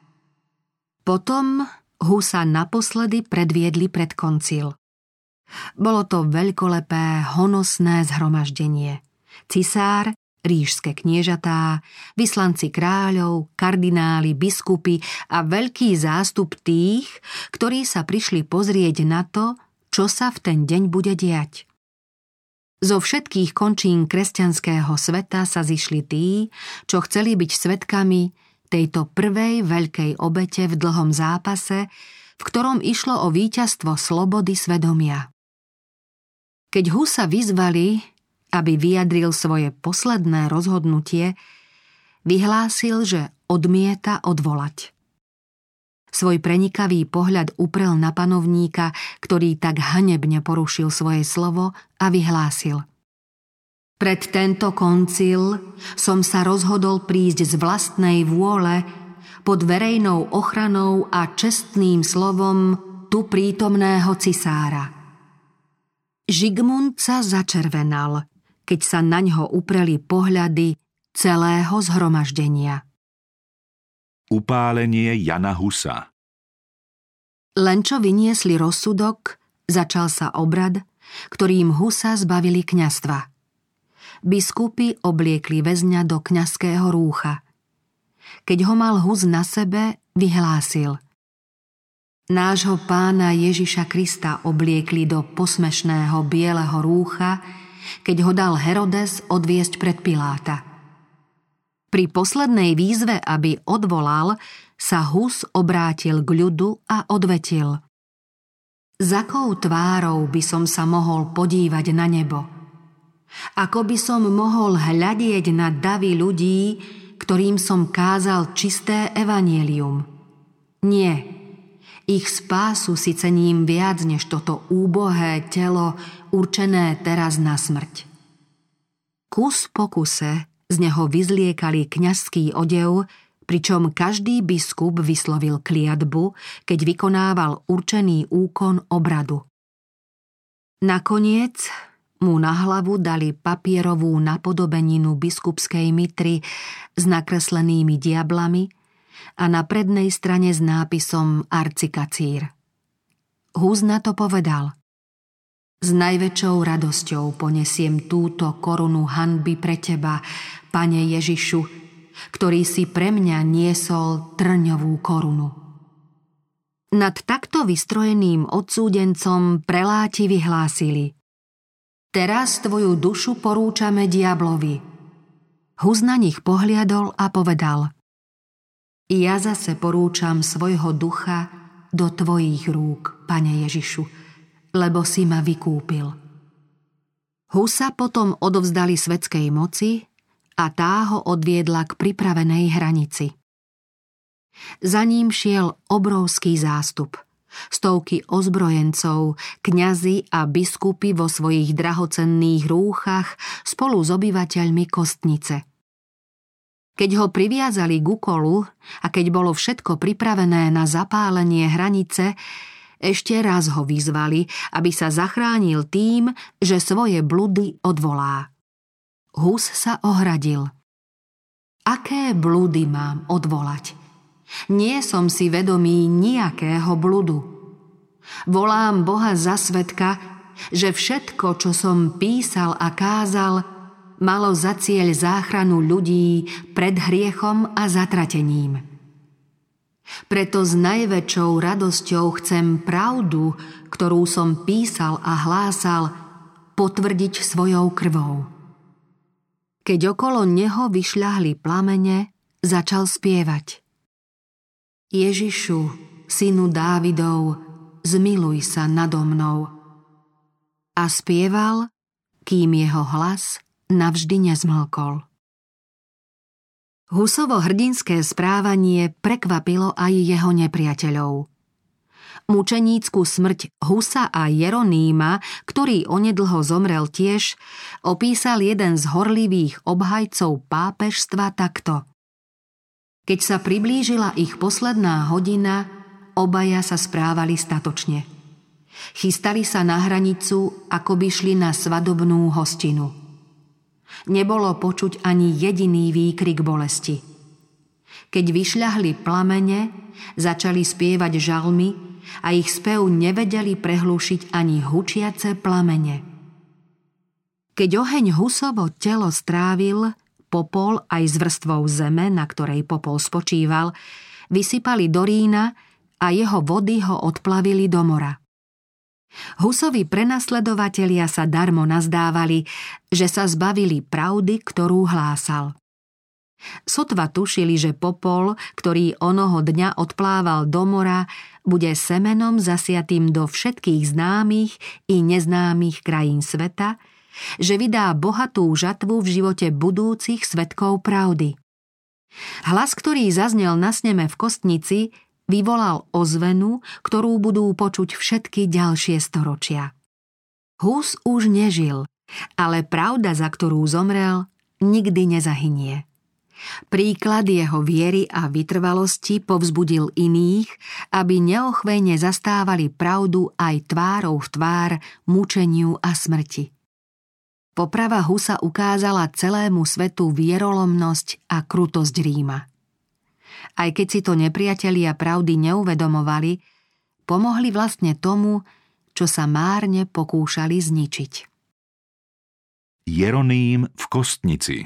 Potom Husa naposledy predviedli pred koncil. Bolo to veľkolepé, honosné zhromaždenie. Cisár, ríšske kniežatá, vyslanci kráľov, kardináli, biskupy a veľký zástup tých, ktorí sa prišli pozrieť na to, čo sa v ten deň bude diať. Zo všetkých končín kresťanského sveta sa zišli tí, čo chceli byť svedkami tejto prvej veľkej obete v dlhom zápase, v ktorom išlo o víťazstvo slobody svedomia. Keď Husa vyzvali, aby vyjadril svoje posledné rozhodnutie, vyhlásil, že odmieta odvolať. Svoj prenikavý pohľad uprel na panovníka, ktorý tak hanebne porušil svoje slovo, a vyhlásil: Pred tento koncil som sa rozhodol prísť z vlastnej vôle pod verejnou ochranou a čestným slovom tu prítomného cisára. Žigmund sa začervenal, keď sa naňho upreli pohľady celého zhromaždenia. Upálenie Jana Husa. Len čo vyniesli rozsudok, začal sa obrad, ktorým Husa zbavili kňazstva. Biskupy obliekli väzňa do kňazského rúcha. Keď ho mal Hus na sebe, vyhlásil: Nášho Pána Ježiša Krista obliekli do posmešného bieleho rúcha, keď ho dal Herodes odviesť pred Piláta. Pri poslednej výzve, aby odvolal, sa Hus obrátil k ľudu a odvetil: Z akou tvárou by som sa mohol podívať na nebo? Ako by som mohol hľadieť na davy ľudí, ktorým som kázal čisté evanjelium? Nie. Ich spásu si cením viac než toto úbohé telo, určené teraz na smrť. Kus po kuse z neho vyzliekali kňazský odev, pričom každý biskup vyslovil kliatbu, keď vykonával určený úkon obradu. Nakoniec mu na hlavu dali papierovú napodobeninu biskupskej mitry s nakreslenými diablami a na prednej strane s nápisom Arcikacír. Hus na to povedal: S najväčšou radosťou ponesiem túto korunu hanby pre teba, Pane Ježišu, ktorý si pre mňa niesol trňovú korunu. Nad takto vystrojeným odsúdencom preláti vyhlásili: Teraz tvoju dušu porúčame diablovi. Hus na nich pohliadol a povedal: Ja zase porúčam svojho ducha do tvojich rúk, Pane Ježišu, lebo si ma vykúpil. Husa potom odovzdali svetskej moci a tá ho odviedla k pripravenej hranici. Za ním šiel obrovský zástup. Stovky ozbrojencov, kňazi a biskupy vo svojich drahocenných rúchach spolu s obyvateľmi Kostnice. Keď ho priviazali k úkolu a keď bolo všetko pripravené na zapálenie hranice, ešte raz ho vyzvali, aby sa zachránil tým, že svoje bludy odvolá. Hus sa ohradil: Aké bludy mám odvolať? Nie som si vedomý nijakého bludu. Volám Boha za svedka, že všetko, čo som písal a kázal, malo za cieľ záchranu ľudí pred hriechom a zatratením. Preto s najväčšou radosťou chcem pravdu, ktorú som písal a hlásal, potvrdiť svojou krvou. Keď okolo neho vyšľahli plamene, začal spievať. Ježišu, synu Dávidov, zmiluj sa nado mnou. A spieval, kým jeho hlas navždy nezmlkol. Husovo hrdinské správanie prekvapilo aj jeho nepriateľov. Mučenícku smrť Husa a Jeroníma, ktorý onedlho zomrel tiež, opísal jeden z horlivých obhajcov pápežstva takto. Keď sa priblížila ich posledná hodina, obaja sa správali statočne. Chystali sa na hranicu, ako by šli na svadobnú hostinu. Nebolo počuť ani jediný výkrik bolesti. Keď vyšľahli plamene, začali spievať žalmy a ich spev nevedeli prehlušiť ani hučiace plamene. Keď oheň Husovo telo strávil, popol aj s vrstvou zeme, na ktorej popol spočíval, vysypali do Rína a jeho vody ho odplavili do mora. Husovi prenasledovatelia sa darmo nazdávali, že sa zbavili pravdy, ktorú hlásal. Sotva tušili, že popol, ktorý onoho dňa odplával do mora, bude semenom zasiatým do všetkých známych i neznámych krajín sveta, že vydá bohatú žatvu v živote budúcich svedkov pravdy. Hlas, ktorý zaznel na sneme v Kostnici, vyvolal ozvenu, ktorú budú počuť všetky ďalšie storočia. Hus už nežil, ale pravda, za ktorú zomrel, nikdy nezahynie. Príklad jeho viery a vytrvalosti povzbudil iných, aby neochvejne zastávali pravdu aj tvárou v tvár mučeniu a smrti. Poprava Husa ukázala celému svetu vierolomnosť a krutosť Ríma. Aj keď si to nepriatelia pravdy neuvedomovali, pomohli vlastne tomu, čo sa márne pokúšali zničiť. Jeroným v Kostnici.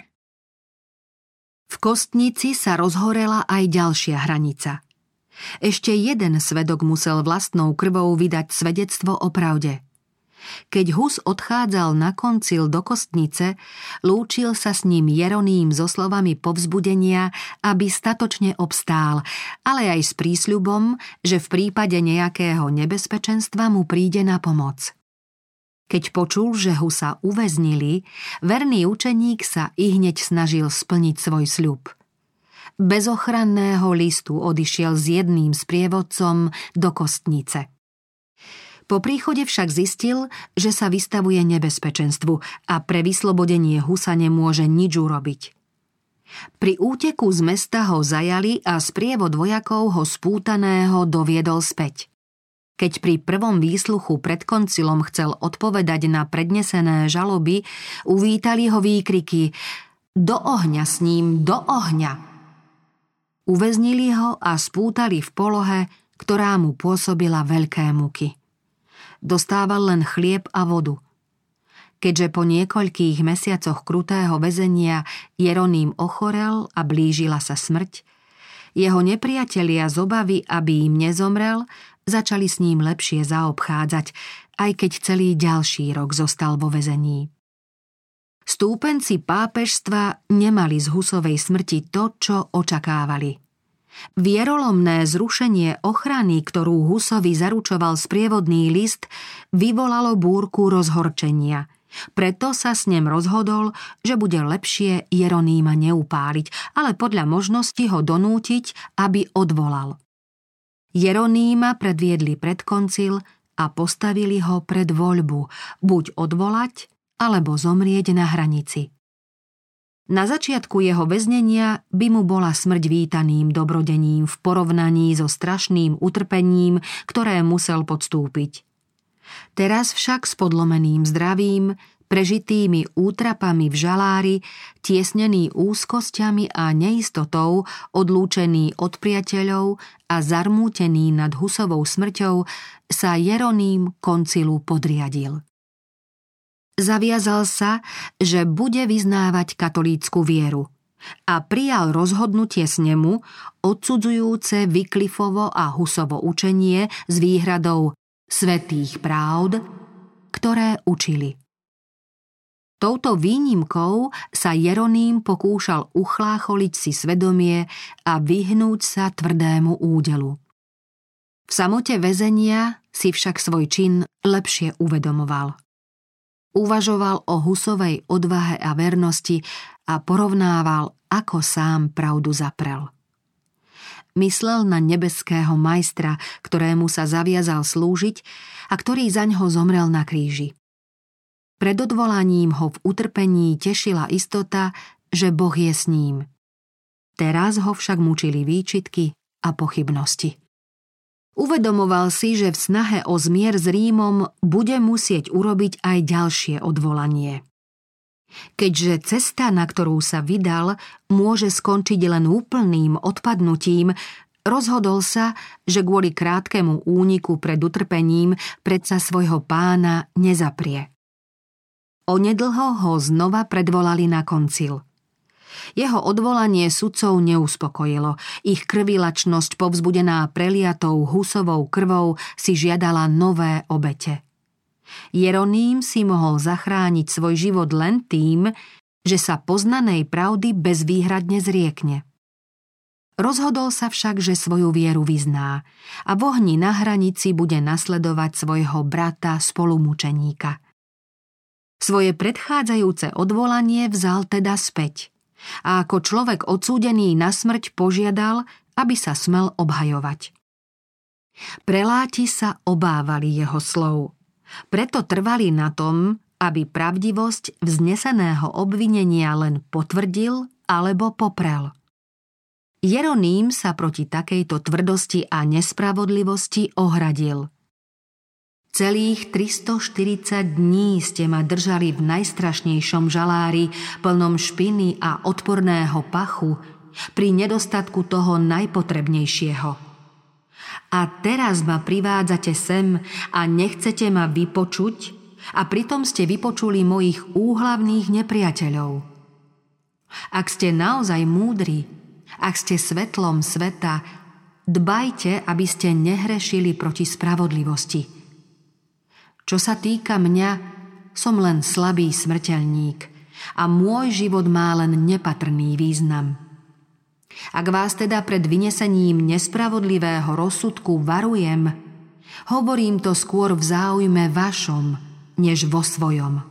V Kostnici sa rozhorela aj ďalšia hranica. Ešte jeden svedok musel vlastnou krvou vydať svedectvo o pravde. Keď Hus odchádzal na koncil do Kostnice, lúčil sa s ním Jeroným so slovami povzbudenia, aby statočne obstál, ale aj s prísľubom, že v prípade nejakého nebezpečenstva mu príde na pomoc. Keď počul, že Husa uväznili, verný učeník sa ihneď snažil splniť svoj sľub. Bez ochranného listu odišiel s jedným sprievodcom do Kostnice. Po príchode však zistil, že sa vystavuje nebezpečenstvu a pre vyslobodenie Husa nemôže nič urobiť. Pri úteku z mesta ho zajali a sprievod vojakov ho spútaného doviedol späť. Keď pri prvom výsluchu pred koncilom chcel odpovedať na prednesené žaloby, uvítali ho výkriky Do ohňa s ním, do ohňa! Uväznili ho a spútali v polohe, ktorá mu pôsobila veľké muky. Dostával len chlieb a vodu. Keďže po niekoľkých mesiacoch krutého väzenia Jeroným ochorel a blížila sa smrť, jeho nepriatelia z obavy, aby im nezomrel, začali s ním lepšie zaobchádzať, aj keď celý ďalší rok zostal vo väzení. Stúpenci pápežstva nemali z Husovej smrti to, čo očakávali. Vierolomné zrušenie ochrany, ktorú Husovi zaručoval sprievodný list, vyvolalo búrku rozhorčenia. Preto sa s ním rozhodol, že bude lepšie Jeronýma neupáliť, ale podľa možnosti ho donútiť, aby odvolal. Jeronýma predviedli pred koncil a postavili ho pred voľbu, buď odvolať, alebo zomrieť na hranici. Na začiatku jeho väznenia by mu bola smrť vítaným dobrodením v porovnaní so strašným utrpením, ktoré musel podstúpiť. Teraz však s podlomeným zdravím, prežitými útrapami v žalári, tiesnený úzkosťami a neistotou, odlúčený od priateľov a zarmútený nad Husovou smrťou, sa Jeroným koncilu podriadil. Zaviazal sa, že bude vyznávať katolícku vieru a prijal rozhodnutie snemu odsudzujúce Wycliffovo a Husovo učenie s výhradou svätých pravd, ktoré učili. Touto výnimkou sa Jeroným pokúšal uchlácholiť si svedomie a vyhnúť sa tvrdému údelu. V samote väzenia si však svoj čin lepšie uvedomoval. Uvažoval o Husovej odvahe a vernosti a porovnával, ako sám pravdu zaprel. Myslel na nebeského majstra, ktorému sa zaviazal slúžiť a ktorý zaňho zomrel na kríži. Pred odvolaním ho v utrpení tešila istota, že Boh je s ním. Teraz ho však mučili výčitky a pochybnosti. Uvedomoval si, že v snahe o zmier s Rímom bude musieť urobiť aj ďalšie odvolanie. Keďže cesta, na ktorú sa vydal, môže skončiť len úplným odpadnutím, rozhodol sa, že kvôli krátkemu úniku pred utrpením predsa svojho pána nezaprie. Onedlho ho znova predvolali na koncil. Jeho odvolanie sudcov neuspokojilo. Ich krvilačnosť povzbudená preliatou Husovou krvou si žiadala nové obete. Jeroným si mohol zachrániť svoj život len tým, že sa poznanej pravdy bezvýhradne zriekne. Rozhodol sa však, že svoju vieru vyzná a v ohni na hranici bude nasledovať svojho brata spolumučeníka. Svoje predchádzajúce odvolanie vzal teda späť a ako človek odsúdený na smrť požiadal, aby sa smel obhajovať. Preláti sa obávali jeho slov, preto trvali na tom, aby pravdivosť vzneseného obvinenia len potvrdil alebo poprel. Jeroným sa proti takejto tvrdosti a nespravodlivosti ohradil. Celých 340 dní ste ma držali v najstrašnejšom žalári, plnom špiny a odporného pachu, pri nedostatku toho najpotrebnejšieho. A teraz ma privádzate sem a nechcete ma vypočuť, a pritom ste vypočuli mojich úhlavných nepriateľov. Ak ste naozaj múdri, ak ste svetlom sveta, dbajte, aby ste nehrešili proti spravodlivosti. Čo sa týka mňa, som len slabý smrteľník a môj život má len nepatrný význam. Ak vás teda pred vynesením nespravodlivého rozsudku varujem, hovorím to skôr v záujme vašom, než vo svojom.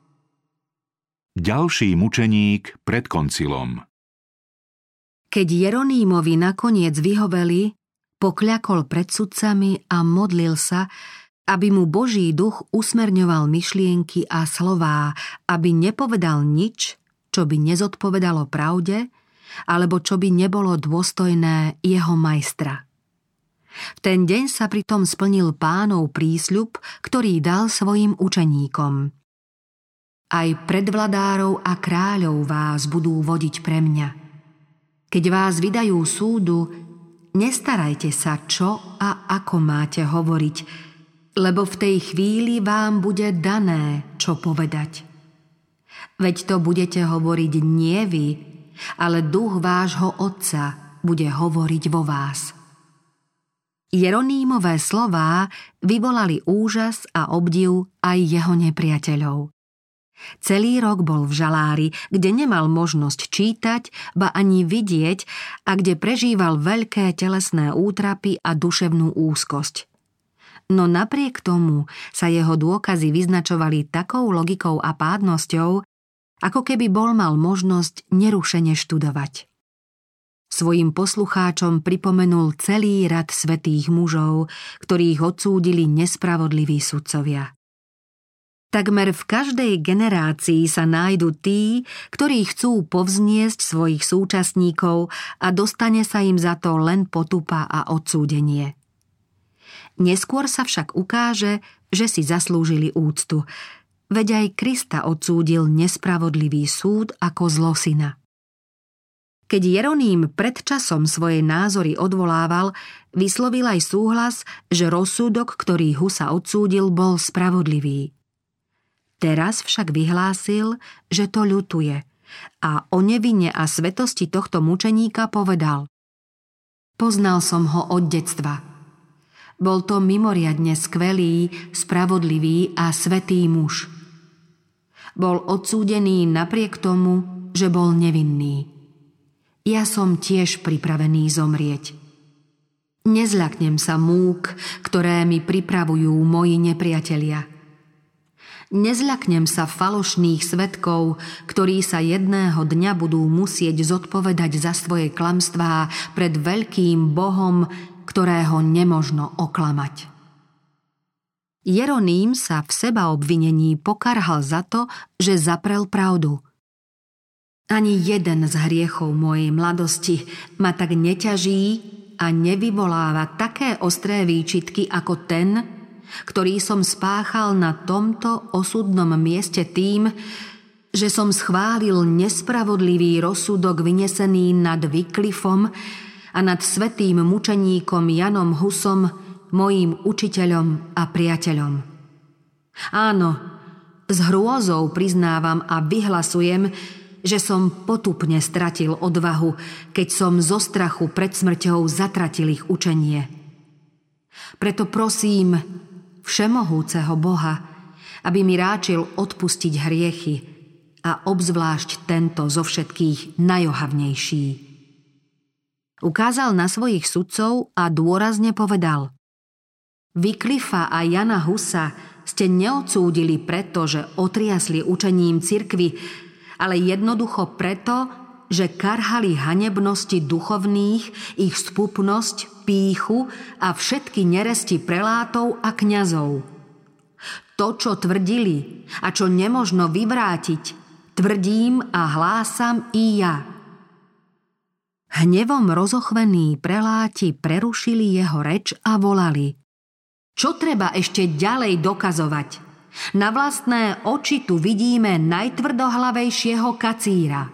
Ďalší mučeník pred koncilom. Keď Jeronýmovi nakoniec vyhoveli, pokľakol pred sudcami a modlil sa, aby mu Boží duch usmerňoval myšlienky a slová, aby nepovedal nič, čo by nezodpovedalo pravde, alebo čo by nebolo dôstojné jeho majstra. V ten deň sa pritom splnil Pánov prísľub, ktorý dal svojim učeníkom. Aj predvladárov a kráľov vás budú vodiť pre mňa. Keď vás vydajú súdu, nestarajte sa, čo a ako máte hovoriť, lebo v tej chvíli vám bude dané, čo povedať. Veď to budete hovoriť nie vy, ale duch vášho Otca bude hovoriť vo vás. Jeronýmové slová vyvolali úžas a obdiv aj jeho nepriateľov. Celý rok bol v žalári, kde nemal možnosť čítať, ba ani vidieť, a kde prežíval veľké telesné útrapy a duševnú úzkosť. No napriek tomu sa jeho dôkazy vyznačovali takou logikou a pádnosťou, ako keby bol mal možnosť nerušene študovať. Svojim poslucháčom pripomenul celý rad svätých mužov, ktorých odsúdili nespravodliví sudcovia. Takmer v každej generácii sa nájdu tí, ktorí chcú povzniesť svojich súčasníkov a dostane sa im za to len potupa a odsúdenie. Neskôr sa však ukáže, že si zaslúžili úctu, veď aj Krista odsúdil nespravodlivý súd ako zlosina. Keď Jeroným pred časom svoje názory odvolával, vyslovil aj súhlas, že rozsudok, ktorý Husa odsúdil, bol spravodlivý. Teraz však vyhlásil, že to ľutuje a o nevine a svetosti tohto mučeníka povedal: Poznal som ho od detstva. Bol to mimoriadne skvelý, spravodlivý a svätý muž. Bol odsúdený napriek tomu, že bol nevinný. Ja som tiež pripravený zomrieť. Nezľaknem sa múk, ktoré mi pripravujú moji nepriatelia. Nezľaknem sa falošných svedkov, ktorí sa jedného dňa budú musieť zodpovedať za svoje klamstvá pred veľkým Bohom, ktorého nemožno oklamať. Jeroným sa v sebaobvinení pokarhal za to, že zaprel pravdu. Ani jeden z hriechov mojej mladosti ma tak neťaží a nevyvoláva také ostré výčitky ako ten, ktorý som spáchal na tomto osudnom mieste tým, že som schválil nespravodlivý rozsudok vynesený nad Wyclifom a nad svätým mučeníkom Janom Husom, mojím učiteľom a priateľom. Áno, s hrôzou priznávam a vyhlasujem, že som potupne stratil odvahu, keď som zo strachu pred smrťou zatratil ich učenie. Preto prosím všemohúceho Boha, aby mi ráčil odpustiť hriechy a obzvlášť tento zo všetkých najohavnejší. Ukázal na svojich sudcov a dôrazne povedal: Wyclifa a Jana Husa ste neodsúdili preto, že otriasli učením cirkvi, ale jednoducho preto, že karhali hanebnosti duchovných, ich spupnosť, pýchu a všetky neresti prelátov a kňazov. To, čo tvrdili a čo nemožno vyvrátiť, tvrdím a hlásam i ja. Hnevom rozochvení preláti prerušili jeho reč a volali: Čo treba ešte ďalej dokazovať? Na vlastné oči tu vidíme najtvrdohlavejšieho kacíra.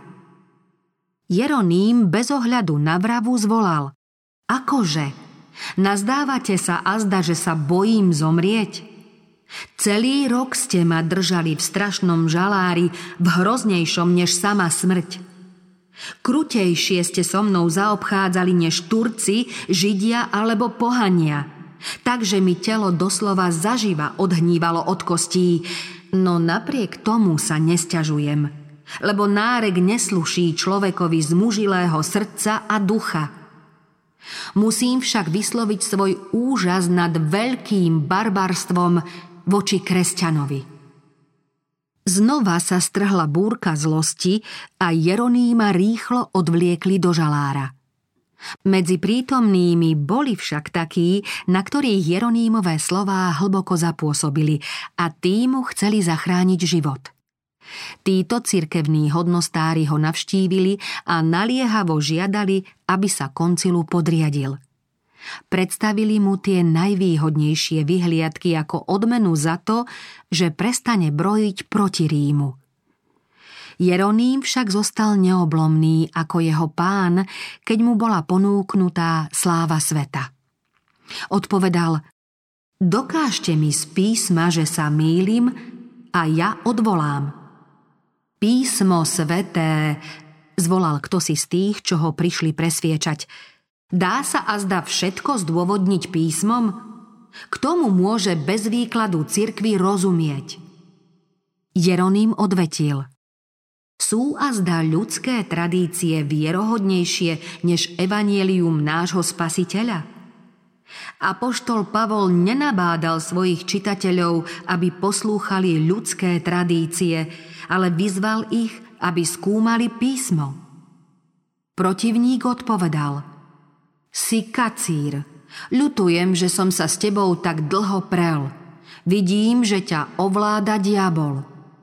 Jeroným bez ohľadu na vravu zvolal: Akože? Nazdávate sa azda, že sa bojím zomrieť? Celý rok ste ma držali v strašnom žalári, v hroznejšom než sama smrť. Krutejšie ste so mnou zaobchádzali než Turci, Židia alebo pohania. Takže mi telo doslova zaživa odhnívalo od kostí, no napriek tomu sa nesťažujem, lebo nárek nesluší človekovi z mužilého srdca a ducha. Musím však vysloviť svoj úžas nad veľkým barbarstvom voči kresťanovi. Znova sa strhla búrka zlosti a Jeronýma rýchlo odvliekli do žalára. Medzi prítomnými boli však takí, na ktorých Jeronýmové slová hlboko zapôsobili a tí mu chceli zachrániť život. Títo cirkevní hodnostári ho navštívili a naliehavo žiadali, aby sa koncilu podriadil. Predstavili mu tie najvýhodnejšie vyhliadky ako odmenu za to, že prestane brojiť proti Rímu. Jeroným však zostal neoblomný ako jeho pán, keď mu bola ponúknutá sláva sveta. Odpovedal: Dokážte mi z písma, že sa mýlim, a ja odvolám. Písmo sveté, zvolal ktosi z tých, čo ho prišli presviečať. Dá sa azda všetko zdôvodniť písmom? K tomu môže bez výkladu cirkvi rozumieť. Jeroným odvetil: Sú azda ľudské tradície vierohodnejšie než evanjelium nášho Spasiteľa? Apoštol Pavol nenabádal svojich čitateľov, aby poslúchali ľudské tradície, ale vyzval ich, aby skúmali písmo. Protivník odpovedal: Si kacír, ľutujem, že som sa s tebou tak dlho prel. Vidím, že ťa ovláda diabol.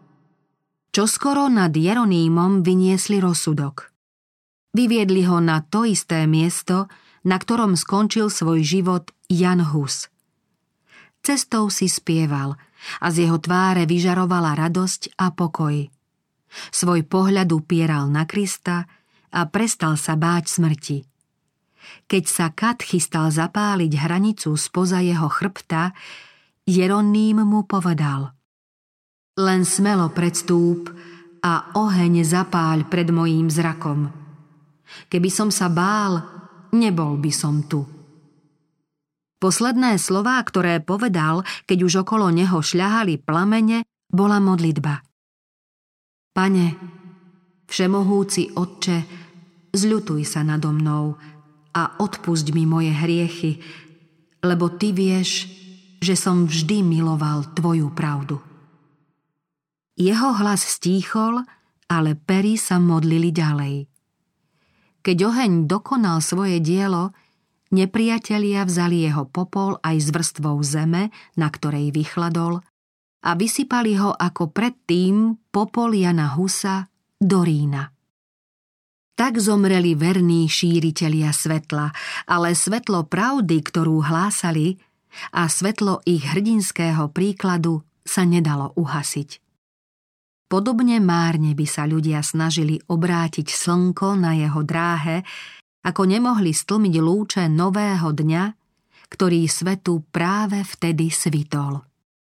Čoskoro nad Jeronýmom vyniesli rozsudok. Vyviedli ho na to isté miesto, na ktorom skončil svoj život Jan Hus. Cestou si spieval a z jeho tváre vyžarovala radosť a pokoj. Svoj pohľad upieral na Krista a prestal sa báť smrti. Keď sa Kat chystal zapáliť hranicu spoza jeho chrbta, Jeroným mu povedal: Len smelo predstúp a oheň zapáľ pred mojím zrakom. Keby som sa bál, nebol by som tu. Posledné slová, ktoré povedal, keď už okolo neho šľahali plamene, bola modlitba. Pane, všemohúci Otče, zľutuj sa nado mnou a odpusť mi moje hriechy, lebo Ty vieš, že som vždy miloval Tvoju pravdu. Jeho hlas stíchol, ale pery sa modlili ďalej. Keď oheň dokonal svoje dielo, nepriatelia vzali jeho popol aj s vrstvou zeme, na ktorej vychladol, a vysypali ho ako predtým popol Jana Husa do Rína. Tak zomreli verní šíritelia svetla, ale svetlo pravdy, ktorú hlásali, a svetlo ich hrdinského príkladu sa nedalo uhasiť. Podobne márne by sa ľudia snažili obrátiť slnko na jeho dráhe, ako nemohli stlmiť lúče nového dňa, ktorý svetu práve vtedy svitol.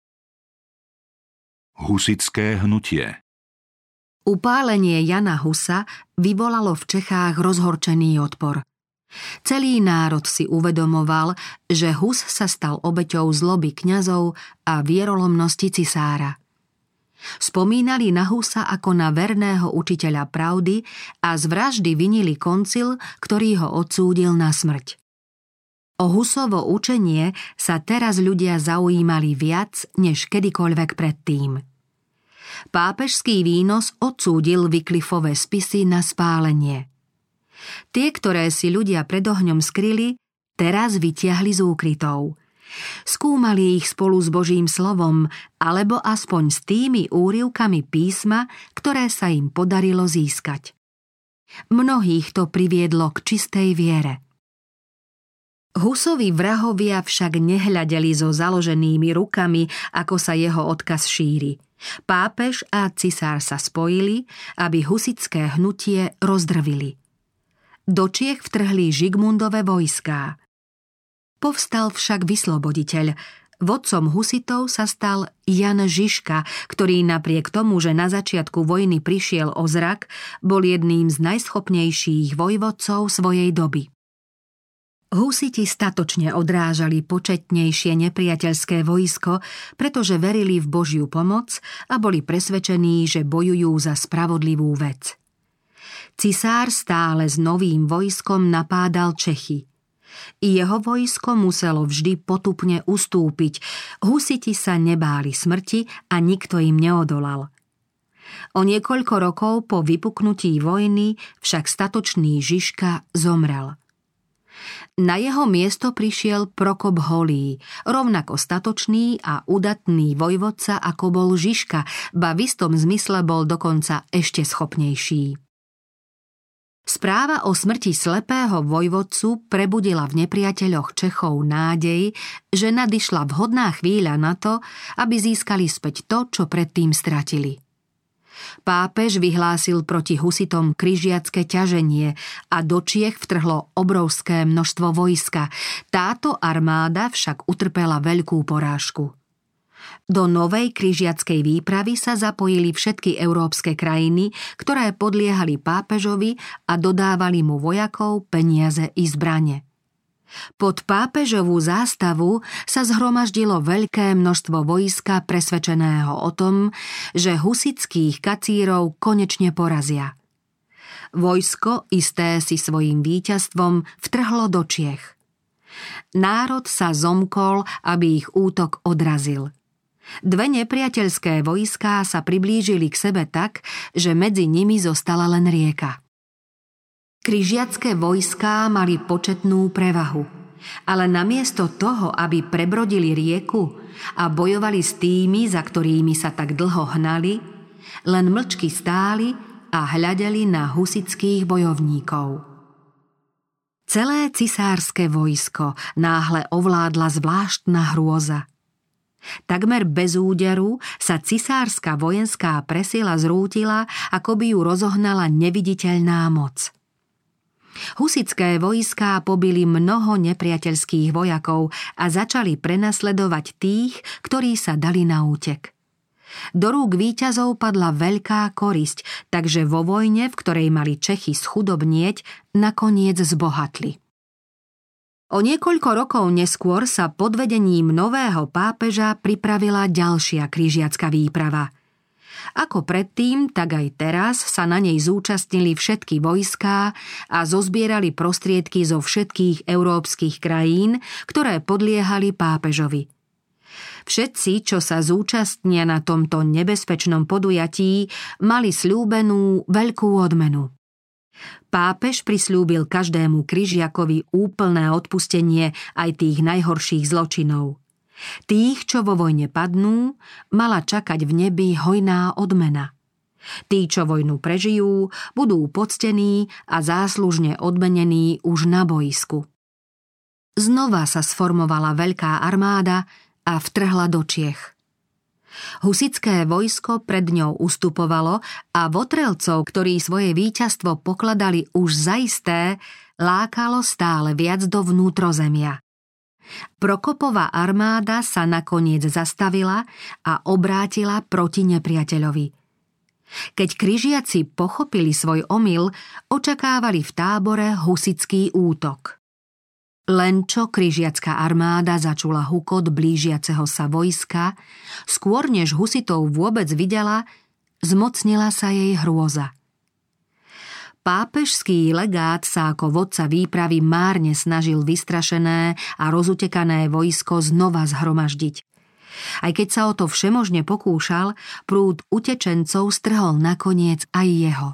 Husitské hnutie. Upálenie Jana Husa vyvolalo v Čechách rozhorčený odpor. Celý národ si uvedomoval, že Hus sa stal obeťou zloby kňazov a vierolomnosti cisára. Spomínali na Husa ako na verného učiteľa pravdy a z vraždy vinili koncil, ktorý ho odsúdil na smrť. O Husovo učenie sa teraz ľudia zaujímali viac než kedykoľvek predtým. Pápežský výnos odsúdil Wyclifove spisy na spálenie. Tie, ktoré si ľudia pred ohňom skryli, teraz vytiahli z úkrytov. Skúmali ich spolu s Božím slovom, alebo aspoň s tými úryvkami písma, ktoré sa im podarilo získať. Mnohých to priviedlo k čistej viere. Husovi vrahovia však nehľadeli so založenými rukami, ako sa jeho odkaz šíri. Pápež a cisár sa spojili, aby husitské hnutie rozdrvili. Do Čiech vtrhli Žigmundove vojská. Povstal však vysloboditeľ. Vodcom husitov sa stal Jan Žižka, ktorý napriek tomu, že na začiatku vojny prišiel o zrak, bol jedným z najschopnejších vojvodcov svojej doby. Husiti statočne odrážali početnejšie nepriateľské vojsko, pretože verili v Božiu pomoc a boli presvedčení, že bojujú za spravodlivú vec. Cisár stále s novým vojskom napádal Čechy. I jeho vojsko muselo vždy potupne ustúpiť. Husiti sa nebáli smrti a nikto im neodolal. O niekoľko rokov po vypuknutí vojny však statočný Žižka zomrel. Na jeho miesto prišiel Prokop Holý, rovnako statočný a udatný vojvodca ako bol Žižka, ba v istom zmysle bol dokonca ešte schopnejší. Správa o smrti slepého vojvodcu prebudila v nepriateľoch Čechov nádej, že nadišla vhodná chvíľa na to, aby získali späť to, čo predtým stratili. Pápež vyhlásil proti husitom križiacké ťaženie a do Čiech vtrhlo obrovské množstvo vojska. Táto armáda však utrpela veľkú porážku. Do novej križiackej výpravy sa zapojili všetky európske krajiny, ktoré podliehali pápežovi a dodávali mu vojakov, peniaze i zbrane. Pod pápežovú zástavu sa zhromaždilo veľké množstvo vojska presvedčeného o tom, že husitských kacírov konečne porazia. Vojsko, isté si svojím víťazstvom, vtrhlo do Čiech. Národ sa zomkol, aby ich útok odrazil. Dve nepriateľské vojská sa priblížili k sebe tak, že medzi nimi zostala len rieka. Križiacké vojská mali početnú prevahu, ale namiesto toho, aby prebrodili rieku a bojovali s tými, za ktorými sa tak dlho hnali, len mlčky stáli a hľadeli na husitských bojovníkov. Celé cisárske vojsko náhle ovládla zvláštna hrôza. Takmer bez úderu sa cisárska vojenská presila zrútila, ako by ju rozohnala neviditeľná moc. Husitské vojská pobili mnoho nepriateľských vojakov a začali prenasledovať tých, ktorí sa dali na útek. Do rúk víťazov padla veľká korisť, takže vo vojne, v ktorej mali Čechy schudobnieť, nakoniec zbohatli. O niekoľko rokov neskôr sa pod vedením nového pápeža pripravila ďalšia križiacka výprava. Ako predtým, tak aj teraz sa na nej zúčastnili všetky vojská a zozbierali prostriedky zo všetkých európskych krajín, ktoré podliehali pápežovi. Všetci, čo sa zúčastnia na tomto nebezpečnom podujatí, mali sľúbenú veľkú odmenu. Pápež prisľúbil každému križiakovi úplné odpustenie aj tých najhorších zločinov. Tých, čo vo vojne padnú, mala čakať v nebi hojná odmena. Tí, čo vojnu prežijú, budú poctení a záslužne odmenení už na boisku. Znova sa sformovala veľká armáda a vtrhla do Čiech. Husitské vojsko pred ňou ustupovalo a Votrelcov, ktorí svoje víťazstvo pokladali už za isté, lákalo stále viac do vnútrozemia. Prokopova armáda sa nakoniec zastavila a obrátila proti nepriateľovi. Keď križiaci pochopili svoj omyl, očakávali v tábore husitský útok. Len čo križiacka armáda začula hukot blížiaceho sa vojska, skôr než husitov vôbec videla, zmocnila sa jej hrôza. Pápežský legát sa ako vodca výpravy márne snažil vystrašené a rozutekané vojsko znova zhromaždiť. Aj keď sa o to všemožne pokúšal, prúd utečencov strhol nakoniec aj jeho.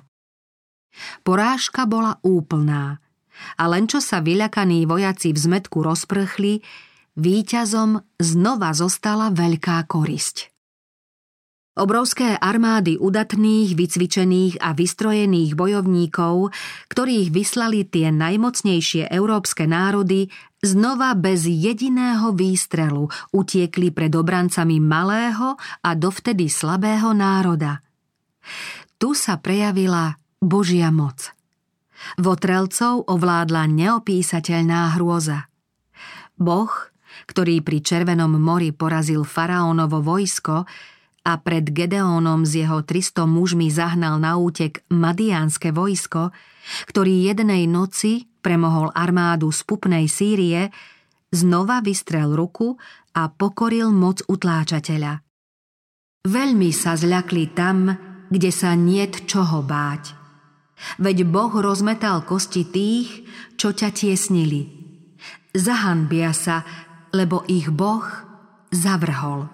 Porážka bola úplná. A len čo sa vyľakaní vojaci v zmätku rozprchli, víťazom znova zostala veľká korisť. Obrovské armády udatných, vycvičených a vystrojených bojovníkov, ktorých vyslali tie najmocnejšie európske národy, znova bez jediného výstrelu utiekli pred obrancami malého a dovtedy slabého národa. Tu sa prejavila Božia moc. Votrelcov ovládla neopísateľná hrôza. Boh, ktorý pri Červenom mori porazil faraónovo vojsko a pred Gedeónom s jeho 300 mužmi zahnal na útek madiánske vojsko, ktorý jednej noci premohol armádu z pupnej Sýrie, znova vystrel ruku a pokoril moc utláčateľa. Veľmi sa zľakli tam, kde sa niet čoho báť. Veď Boh rozmetal kosti tých, čo ťa tiesnili. Zahanbia sa, lebo ich Boh zavrhol.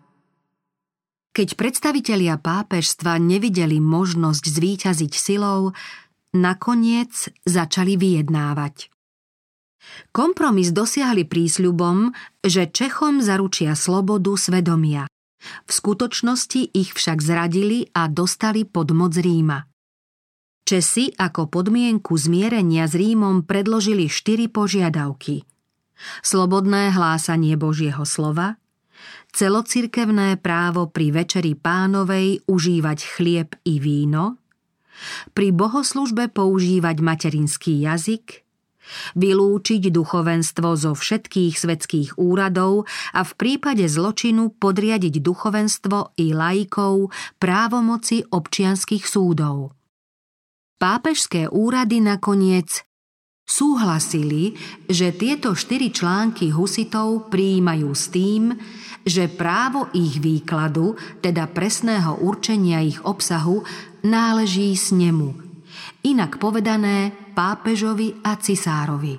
Keď predstavitelia pápežstva nevideli možnosť zvíťaziť silou, nakoniec začali vyjednávať. Kompromis dosiahli prísľubom, že Čechom zaručia slobodu svedomia. V skutočnosti ich však zradili a dostali pod moc Ríma. Česi ako podmienku zmierenia s Rímom predložili 4 požiadavky. Slobodné hlásanie Božieho slova, celocirkevné právo pri večeri pánovej užívať chlieb i víno, pri bohoslužbe používať materinský jazyk, vylúčiť duchovenstvo zo všetkých svetských úradov a v prípade zločinu podriadiť duchovenstvo i laikov právomoci občianskych súdov. Pápežské úrady nakoniec súhlasili, že tieto 4 články husitov prijímajú s tým, že právo ich výkladu, teda presného určenia ich obsahu, náleží snemu, inak povedané pápežovi a cisárovi.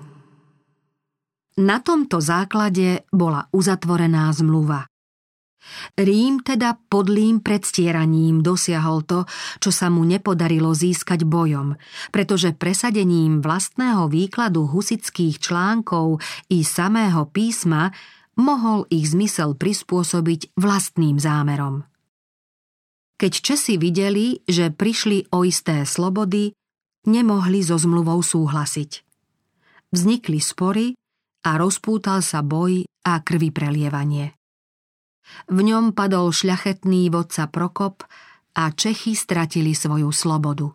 Na tomto základe bola uzatvorená zmluva. Rím teda podlým predstieraním dosiahol to, čo sa mu nepodarilo získať bojom, pretože presadením vlastného výkladu husitských článkov i samého písma mohol ich zmysel prispôsobiť vlastným zámerom. Keď Česi videli, že prišli o isté slobody, nemohli so zmluvou súhlasiť. Vznikli spory a rozpútal sa boj a krviprelievanie. V ňom padol šľachetný vodca Prokop a Čechy stratili svoju slobodu.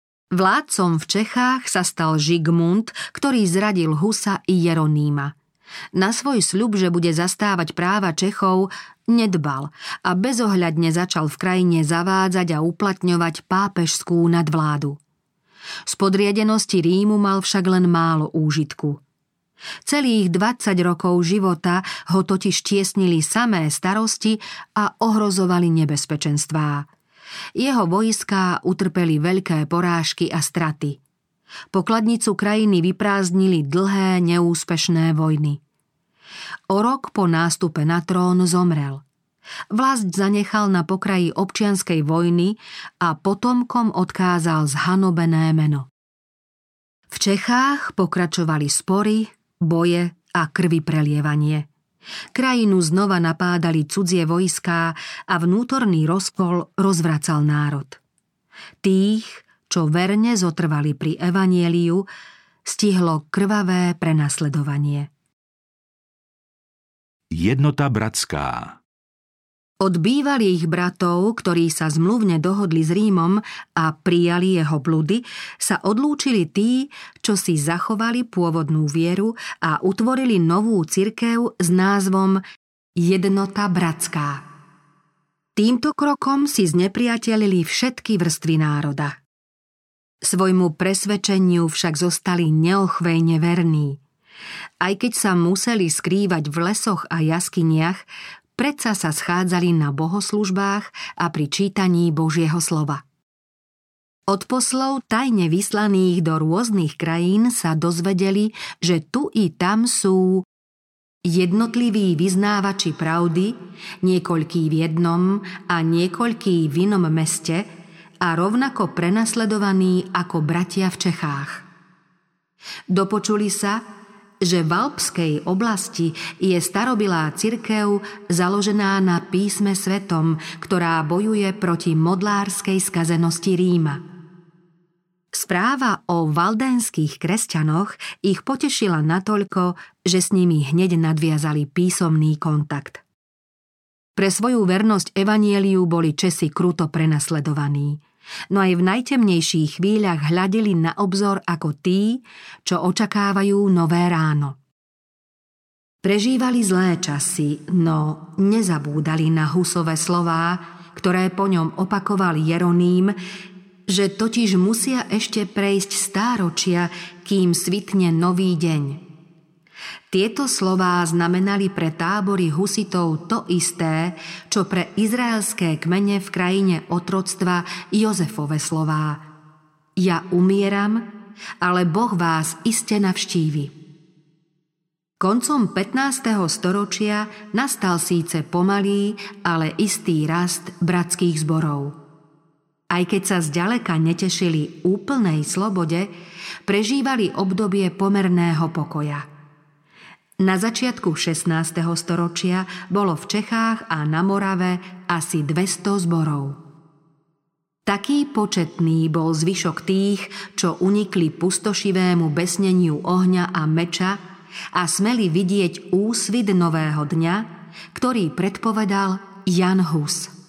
Vládcom v Čechách sa stal Žigmund, ktorý zradil Husa i Jeroníma. Na svoj sľub, že bude zastávať práva Čechov, nedbal a bezohľadne začal v krajine zavádzať a uplatňovať pápežskú nadvládu. Z podriadenosti Rímu mal však len málo úžitku. Celých 20 rokov života ho totiž tiesnili samé starosti a ohrozovali nebezpečenstvá. Jeho vojská utrpeli veľké porážky a straty. Pokladnicu krajiny vyprázdnili dlhé, neúspešné vojny. O rok po nástupe na trón zomrel. Vlast zanechal na pokraji občianskej vojny a potomkom odkázal zhanobené meno. V Čechách pokračovali spory, boje a krviprelievanie. Krajinu znova napádali cudzie vojská a vnútorný rozkol rozvracal národ. Tých, čo verne zotrvali pri evanjeliu, stihlo krvavé prenasledovanie. Jednota bratská. Od bývalých bratov, ktorí sa zmluvne dohodli s Rímom a prijali jeho bludy, sa odlúčili tí, čo si zachovali pôvodnú vieru a utvorili novú cirkev s názvom Jednota bratská. Týmto krokom si znepriatelili všetky vrstvy národa. Svojmu presvedčeniu však zostali neochvejne verní. Aj keď sa museli skrývať v lesoch a jaskyniach, predsa sa schádzali na bohoslužbách a pri čítaní Božieho slova. Od poslov tajne vyslaných do rôznych krajín sa dozvedeli, že tu i tam sú jednotliví vyznávači pravdy, niekoľkí v jednom a niekoľkí v inom meste a rovnako prenasledovaní ako bratia v Čechách. Dopočuli sa, že v Alpskej oblasti je starobilá cirkev založená na písme svetom, ktorá bojuje proti modlárskej skazenosti Ríma. Správa o valdénskych kresťanoch ich potešila natoľko, že s nimi hneď nadviazali písomný kontakt. Pre svoju vernosť evanjeliu boli Česi kruto prenasledovaní, no aj v najtemnejších chvíľach hľadeli na obzor ako tí, čo očakávajú nové ráno. Prežívali zlé časy, no nezabúdali na Husové slová, ktoré po ňom opakoval Jeroným, že totiž musia ešte prejsť stáročia, kým svitne nový deň. Tieto slová znamenali pre tábory husitov to isté, čo pre izraelské kmene v krajine otroctva Jozefove slová. Ja umieram, ale Boh vás iste navštívi. Koncom 15. storočia nastal síce pomalý, ale istý rast bratských zborov. Aj keď sa zďaleka netešili úplnej slobode, prežívali obdobie pomerného pokoja. Na začiatku 16. storočia bolo v Čechách a na Morave asi 200 zborov. Taký početný bol zvyšok tých, čo unikli pustošivému besneniu ohňa a meča a smeli vidieť úsvit nového dňa, ktorý predpovedal Jan Hus.